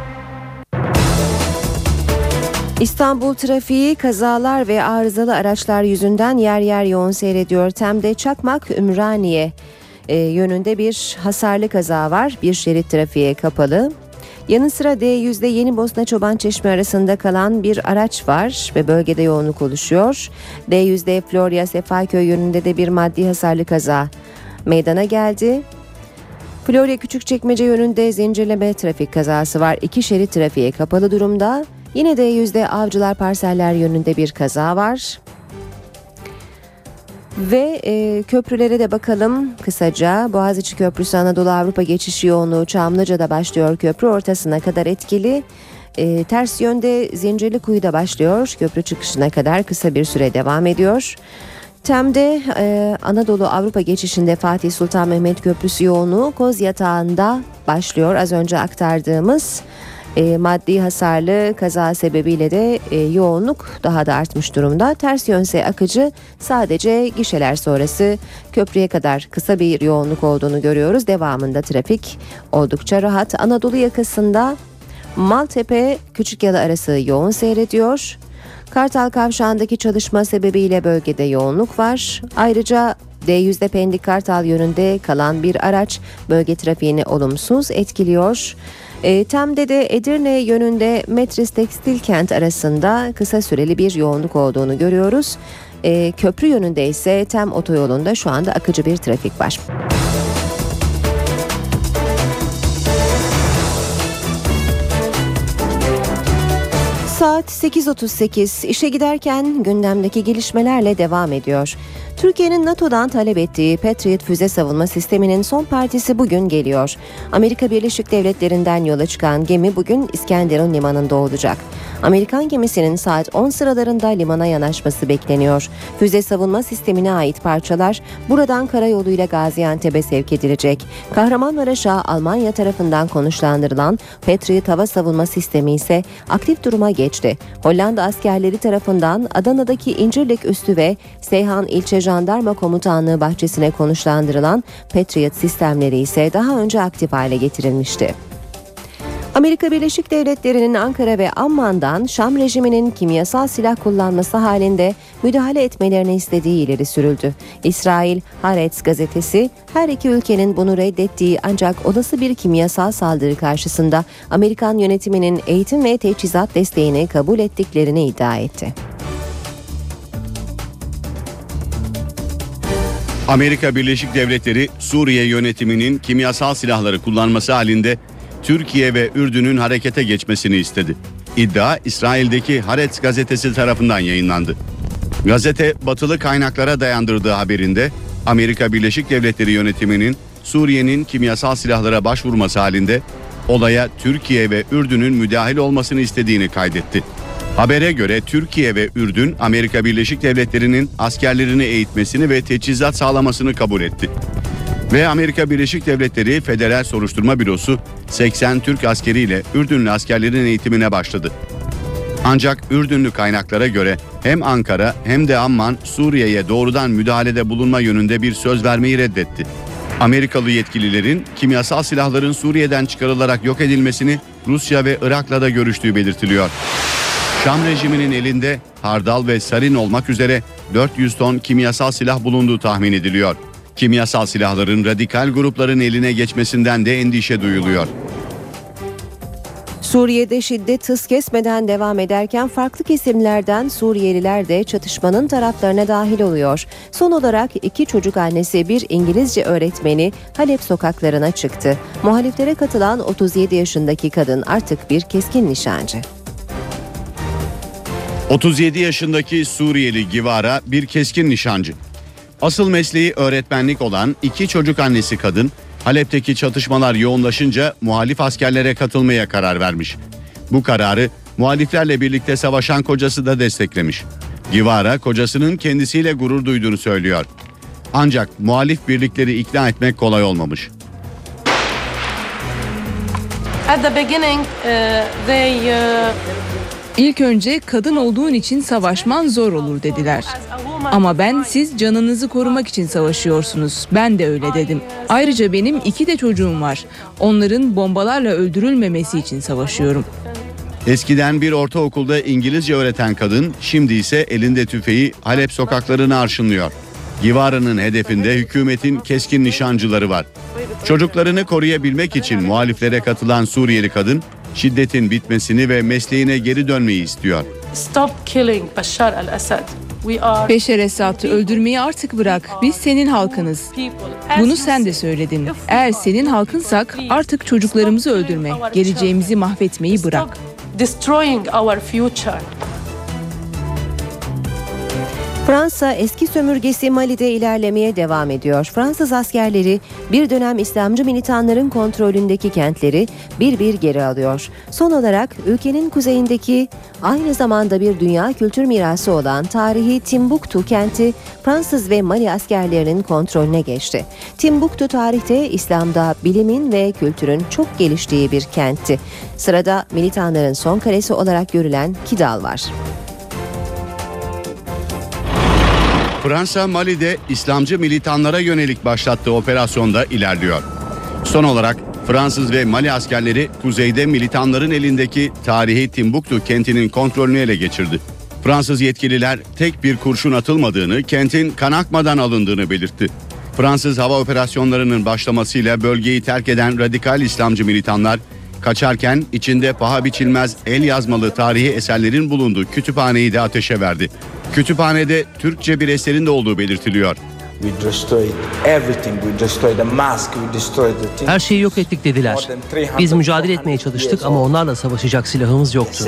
İstanbul trafiği kazalar ve arızalı araçlar yüzünden yer yer yoğun seyrediyor. Tem'de Çakmak Ümraniye yönünde bir hasarlı kaza var. Bir şerit trafiğe kapalı. Yanı sıra D100'de Yeni Bosna Çobançeşme arasında kalan bir araç var ve bölgede yoğunluk oluşuyor. D100'de Florya Sefaköy yönünde de bir maddi hasarlı kaza meydana geldi. Florya Küçükçekmece yönünde zincirleme trafik kazası var. 2 şerit trafiğe kapalı durumda. Yine D100'de Avcılar Parseller yönünde bir kaza var. Ve köprülere de bakalım kısaca. Boğaziçi Köprüsü Anadolu Avrupa geçişi yoğunluğu Çamlıca'da başlıyor. Köprü ortasına kadar etkili. Ters yönde Zincirlikuyu'da başlıyor. Köprü çıkışına kadar kısa bir süre devam ediyor. Tem'de Anadolu Avrupa geçişinde Fatih Sultan Mehmet Köprüsü yoğunluğu Kozyatağı'nda başlıyor. Az önce aktardığımız maddi hasarlı kaza sebebiyle de yoğunluk daha da artmış durumda. Ters yönse akıcı, sadece gişeler sonrası köprüye kadar kısa bir yoğunluk olduğunu görüyoruz. Devamında trafik oldukça rahat. Anadolu yakasında Maltepe Küçükyalı arası yoğun seyrediyor. Kartal Kavşağı'ndaki çalışma sebebiyle bölgede yoğunluk var. Ayrıca D100'de Pendik Kartal yönünde kalan bir araç bölge trafiğini olumsuz etkiliyor. Tem'de de Edirne yönünde Metris Tekstil Kent arasında kısa süreli bir yoğunluk olduğunu görüyoruz. Köprü yönünde ise Tem otoyolunda şu anda akıcı bir trafik var. Saat 8.38, işe giderken gündemdeki gelişmelerle devam ediyor. Türkiye'nin NATO'dan talep ettiği Patriot füze savunma sisteminin son partisi bugün geliyor. Amerika Birleşik Devletleri'nden yola çıkan gemi bugün İskenderun limanında olacak. Amerikan gemisinin saat 10 sıralarında limana yanaşması bekleniyor. Füze savunma sistemine ait parçalar buradan karayoluyla Gaziantep'e sevk edilecek. Kahramanmaraş'a Almanya tarafından konuşlandırılan Patriot hava savunma sistemi ise aktif duruma geçti. Hollanda askerleri tarafından Adana'daki İncirlik Üssü ve Seyhan İlçe Jandarma Komutanlığı bahçesine konuşlandırılan Patriot sistemleri ise daha önce aktif hale getirilmişti. Amerika Birleşik Devletleri'nin Ankara ve Amman'dan Şam rejiminin kimyasal silah kullanması halinde müdahale etmelerini istediği ileri sürüldü. İsrail Haaretz gazetesi her iki ülkenin bunu reddettiği ancak olası bir kimyasal saldırı karşısında Amerikan yönetiminin eğitim ve teçhizat desteğini kabul ettiklerini iddia etti. Amerika Birleşik Devletleri Suriye yönetiminin kimyasal silahları kullanması halinde Türkiye ve Ürdün'ün harekete geçmesini istedi. İddia İsrail'deki Haaretz gazetesi tarafından yayınlandı. Gazete batılı kaynaklara dayandırdığı haberinde Amerika Birleşik Devletleri yönetiminin Suriye'nin kimyasal silahlara başvurması halinde olaya Türkiye ve Ürdün'ün müdahil olmasını istediğini kaydetti. Habere göre Türkiye ve Ürdün Amerika Birleşik Devletleri'nin askerlerini eğitmesini ve teçhizat sağlamasını kabul etti. Ve Amerika Birleşik Devletleri Federal Soruşturma Bürosu 80 Türk askeriyle Ürdünlü askerlerin eğitimine başladı. Ancak Ürdünlü kaynaklara göre hem Ankara hem de Amman Suriye'ye doğrudan müdahalede bulunma yönünde bir söz vermeyi reddetti. Amerikalı yetkililerin kimyasal silahların Suriye'den çıkarılarak yok edilmesini Rusya ve Irak'la da görüştüğü belirtiliyor. Şam rejiminin elinde hardal ve sarin olmak üzere 400 ton kimyasal silah bulunduğu tahmin ediliyor. Kimyasal silahların radikal grupların eline geçmesinden de endişe duyuluyor. Suriye'de şiddet hız kesmeden devam ederken farklı kesimlerden Suriyeliler de çatışmanın taraflarına dahil oluyor. Son olarak 2 çocuk annesi bir İngilizce öğretmeni Halep sokaklarına çıktı. Muhaliflere katılan 37 yaşındaki kadın artık bir keskin nişancı. 37 yaşındaki Suriyeli Givara bir keskin nişancı. Asıl mesleği öğretmenlik olan 2 çocuk annesi kadın, Halep'teki çatışmalar yoğunlaşınca muhalif askerlere katılmaya karar vermiş. Bu kararı muhaliflerle birlikte savaşan kocası da desteklemiş. Givara kocasının kendisiyle gurur duyduğunu söylüyor. Ancak muhalif birlikleri ikna etmek kolay olmamış. İlk önce kadın olduğun için savaşman zor olur dediler. Ama siz canınızı korumak için savaşıyorsunuz. Ben de öyle dedim. Ayrıca benim 2 de çocuğum var. Onların bombalarla öldürülmemesi için savaşıyorum. Eskiden bir ortaokulda İngilizce öğreten kadın, şimdi ise elinde tüfeği Halep sokaklarını arşınlıyor. Givara'nın hedefinde hükümetin keskin nişancıları var. Çocuklarını koruyabilmek için muhaliflere katılan Suriyeli kadın, şiddetin bitmesini ve mesleğine geri dönmeyi istiyor. Stop killing Bashar al-Assad. Beşar Esad'ı öldürmeyi artık bırak. Biz senin halkınız. Bunu sen de söyledin. Eğer senin halkınsak artık çocuklarımızı öldürme, geleceğimizi mahvetmeyi bırak. Fransa eski sömürgesi Mali'de ilerlemeye devam ediyor. Fransız askerleri bir dönem İslamcı militanların kontrolündeki kentleri bir bir geri alıyor. Son olarak ülkenin kuzeyindeki aynı zamanda bir dünya kültür mirası olan tarihi Timbuktu kenti Fransız ve Mali askerlerinin kontrolüne geçti. Timbuktu tarihte İslam'da bilimin ve kültürün çok geliştiği bir kentti. Sırada militanların son kalesi olarak görülen Kidal var. Fransa, Mali'de İslamcı militanlara yönelik başlattığı operasyonda ilerliyor. Son olarak Fransız ve Mali askerleri kuzeyde militanların elindeki tarihi Timbuktu kentinin kontrolünü ele geçirdi. Fransız yetkililer tek bir kurşun atılmadığını, kentin kan akmadan alındığını belirtti. Fransız hava operasyonlarının başlamasıyla bölgeyi terk eden radikal İslamcı militanlar kaçarken içinde paha biçilmez el yazmalı tarihi eserlerin bulunduğu kütüphaneyi de ateşe verdi. Kütüphanede Türkçe bir eserin de olduğu belirtiliyor. Her şeyi yok ettik dediler. Biz mücadele etmeye çalıştık ama onlarla savaşacak silahımız yoktu.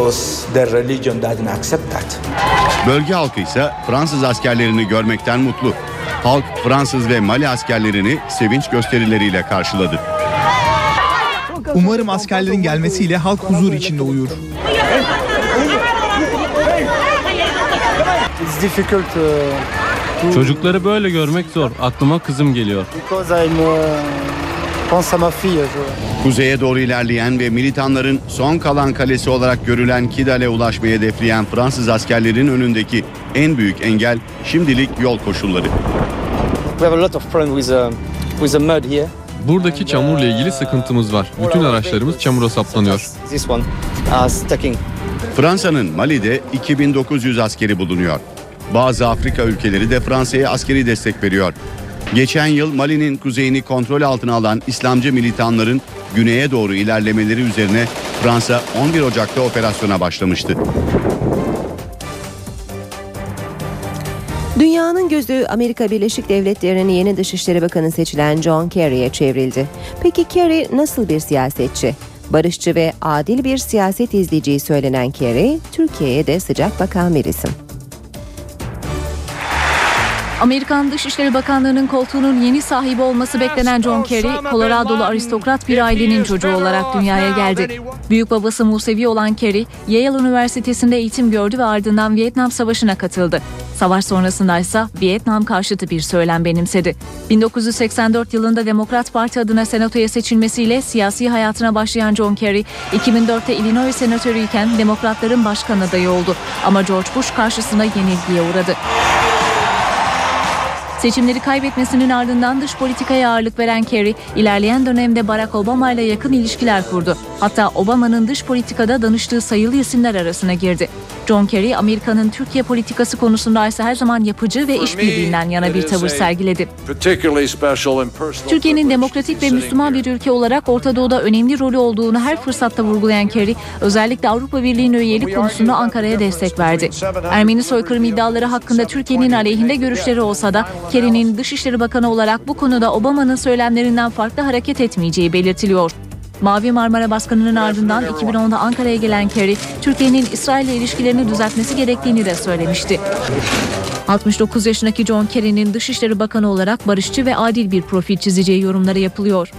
Bölge halkı ise Fransız askerlerini görmekten mutlu. Halk Fransız ve Mali askerlerini sevinç gösterileriyle karşıladı. Umarım askerlerin gelmesiyle halk huzur içinde uyur. Çocukları böyle görmek zor. Aklıma kızım geliyor. Kuzeye doğru ilerleyen ve militanların son kalan kalesi olarak görülen Kidal'e ulaşmayı hedefleyen Fransız askerlerin önündeki en büyük engel şimdilik yol koşulları. Buradaki çamurla ilgili sıkıntımız var. Bütün araçlarımız çamura saplanıyor. Fransa'nın Mali'de 2900 askeri bulunuyor. Bazı Afrika ülkeleri de Fransa'ya askeri destek veriyor. Geçen yıl Mali'nin kuzeyini kontrol altına alan İslamcı militanların güneye doğru ilerlemeleri üzerine Fransa 11 Ocak'ta operasyona başlamıştı. Dünyanın gözü Amerika Birleşik Devletleri'nin yeni Dışişleri Bakanı seçilen John Kerry'e çevrildi. Peki Kerry nasıl bir siyasetçi? Barışçı ve adil bir siyaset izleyeceği söylenen Kerry, Türkiye'ye de sıcak bakan bir isim. Amerikan Dışişleri Bakanlığı'nın koltuğunun yeni sahibi olması beklenen John Kerry, Colorado'lu aristokrat bir ailenin çocuğu olarak dünyaya geldi. Büyük babası Musevi olan Kerry, Yale Üniversitesi'nde eğitim gördü ve ardından Vietnam Savaşı'na katıldı. Savaş sonrasında ise Vietnam karşıtı bir söylem benimsedi. 1984 yılında Demokrat Parti adına senatoya seçilmesiyle siyasi hayatına başlayan John Kerry, 2004'te Illinois senatörüyken Demokratların başkan adayı oldu. Ama George Bush karşısında yenilgiye uğradı. Seçimleri kaybetmesinin ardından dış politikaya ağırlık veren Kerry, ilerleyen dönemde Barack Obama ile yakın ilişkiler kurdu. Hatta Obama'nın dış politikada danıştığı sayılı isimler arasına girdi. John Kerry, Amerika'nın Türkiye politikası konusunda ise her zaman yapıcı ve işbirliğinden yana bir tavır sergiledi. Türkiye'nin demokratik ve Müslüman bir ülke olarak Orta Doğu'da önemli rolü olduğunu her fırsatta vurgulayan Kerry, özellikle Avrupa Birliği'ne üyelik konusunda Ankara'ya destek verdi. Ermeni soykırım iddiaları hakkında Türkiye'nin aleyhinde görüşleri olsa da Kerry'nin Dışişleri Bakanı olarak bu konuda Obama'nın söylemlerinden farklı hareket etmeyeceği belirtiliyor. Mavi Marmara baskınının ardından 2010'da Ankara'ya gelen Kerry, Türkiye'nin İsrail'le ilişkilerini düzeltmesi gerektiğini de söylemişti. 69 yaşındaki John Kerry'nin Dışişleri Bakanı olarak barışçı ve adil bir profil çizeceği yorumları yapılıyor.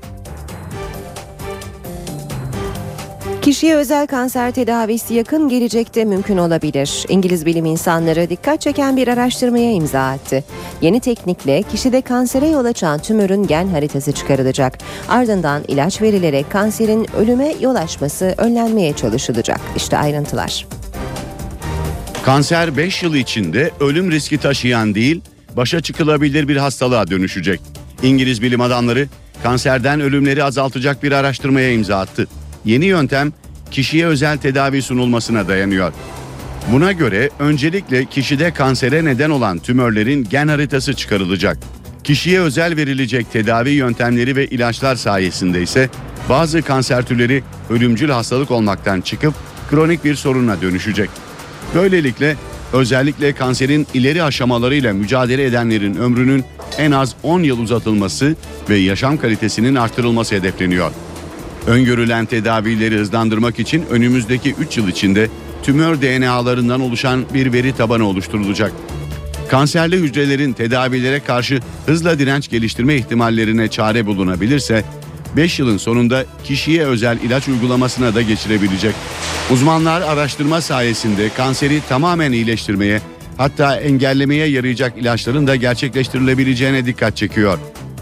Kişiye özel kanser tedavisi yakın gelecekte mümkün olabilir. İngiliz bilim insanları dikkat çeken bir araştırmaya imza attı. Yeni teknikle kişide kansere yol açan tümörün gen haritası çıkarılacak. Ardından ilaç verilerek kanserin ölüme yol açması önlenmeye çalışılacak. İşte ayrıntılar. Kanser 5 yıl içinde ölüm riski taşıyan değil, başa çıkılabilir bir hastalığa dönüşecek. İngiliz bilim adamları kanserden ölümleri azaltacak bir araştırmaya imza attı. Yeni yöntem kişiye özel tedavi sunulmasına dayanıyor. Buna göre öncelikle kişide kansere neden olan tümörlerin gen haritası çıkarılacak. Kişiye özel verilecek tedavi yöntemleri ve ilaçlar sayesinde ise bazı kanser türleri ölümcül hastalık olmaktan çıkıp kronik bir soruna dönüşecek. Böylelikle özellikle kanserin ileri aşamalarıyla mücadele edenlerin ömrünün en az 10 yıl uzatılması ve yaşam kalitesinin artırılması hedefleniyor. Öngörülen tedavileri hızlandırmak için önümüzdeki 3 yıl içinde tümör DNA'larından oluşan bir veri tabanı oluşturulacak. Kanserli hücrelerin tedavilere karşı hızla direnç geliştirme ihtimallerine çare bulunabilirse 5 yılın sonunda kişiye özel ilaç uygulamasına da geçirebilecek. Uzmanlar araştırma sayesinde kanseri tamamen iyileştirmeye, hatta engellemeye yarayacak ilaçların da gerçekleştirilebileceğine dikkat çekiyor.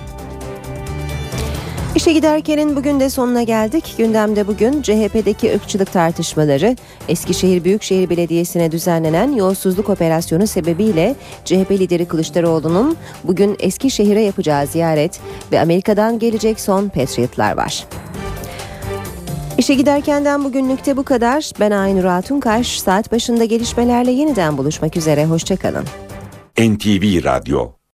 İşe giderkenin bugün de sonuna geldik. Gündemde bugün CHP'deki ırkçılık tartışmaları, Eskişehir Büyükşehir Belediyesi'ne düzenlenen yolsuzluk operasyonu sebebiyle CHP lideri Kılıçdaroğlu'nun bugün Eskişehir'e yapacağı ziyaret ve Amerika'dan gelecek son Patriot'lar var. İşe giderkenden bugünlükte bu kadar. Ben Aynur Altunkaş. Saat başında gelişmelerle yeniden buluşmak üzere. Hoşçakalın. NTV Radyo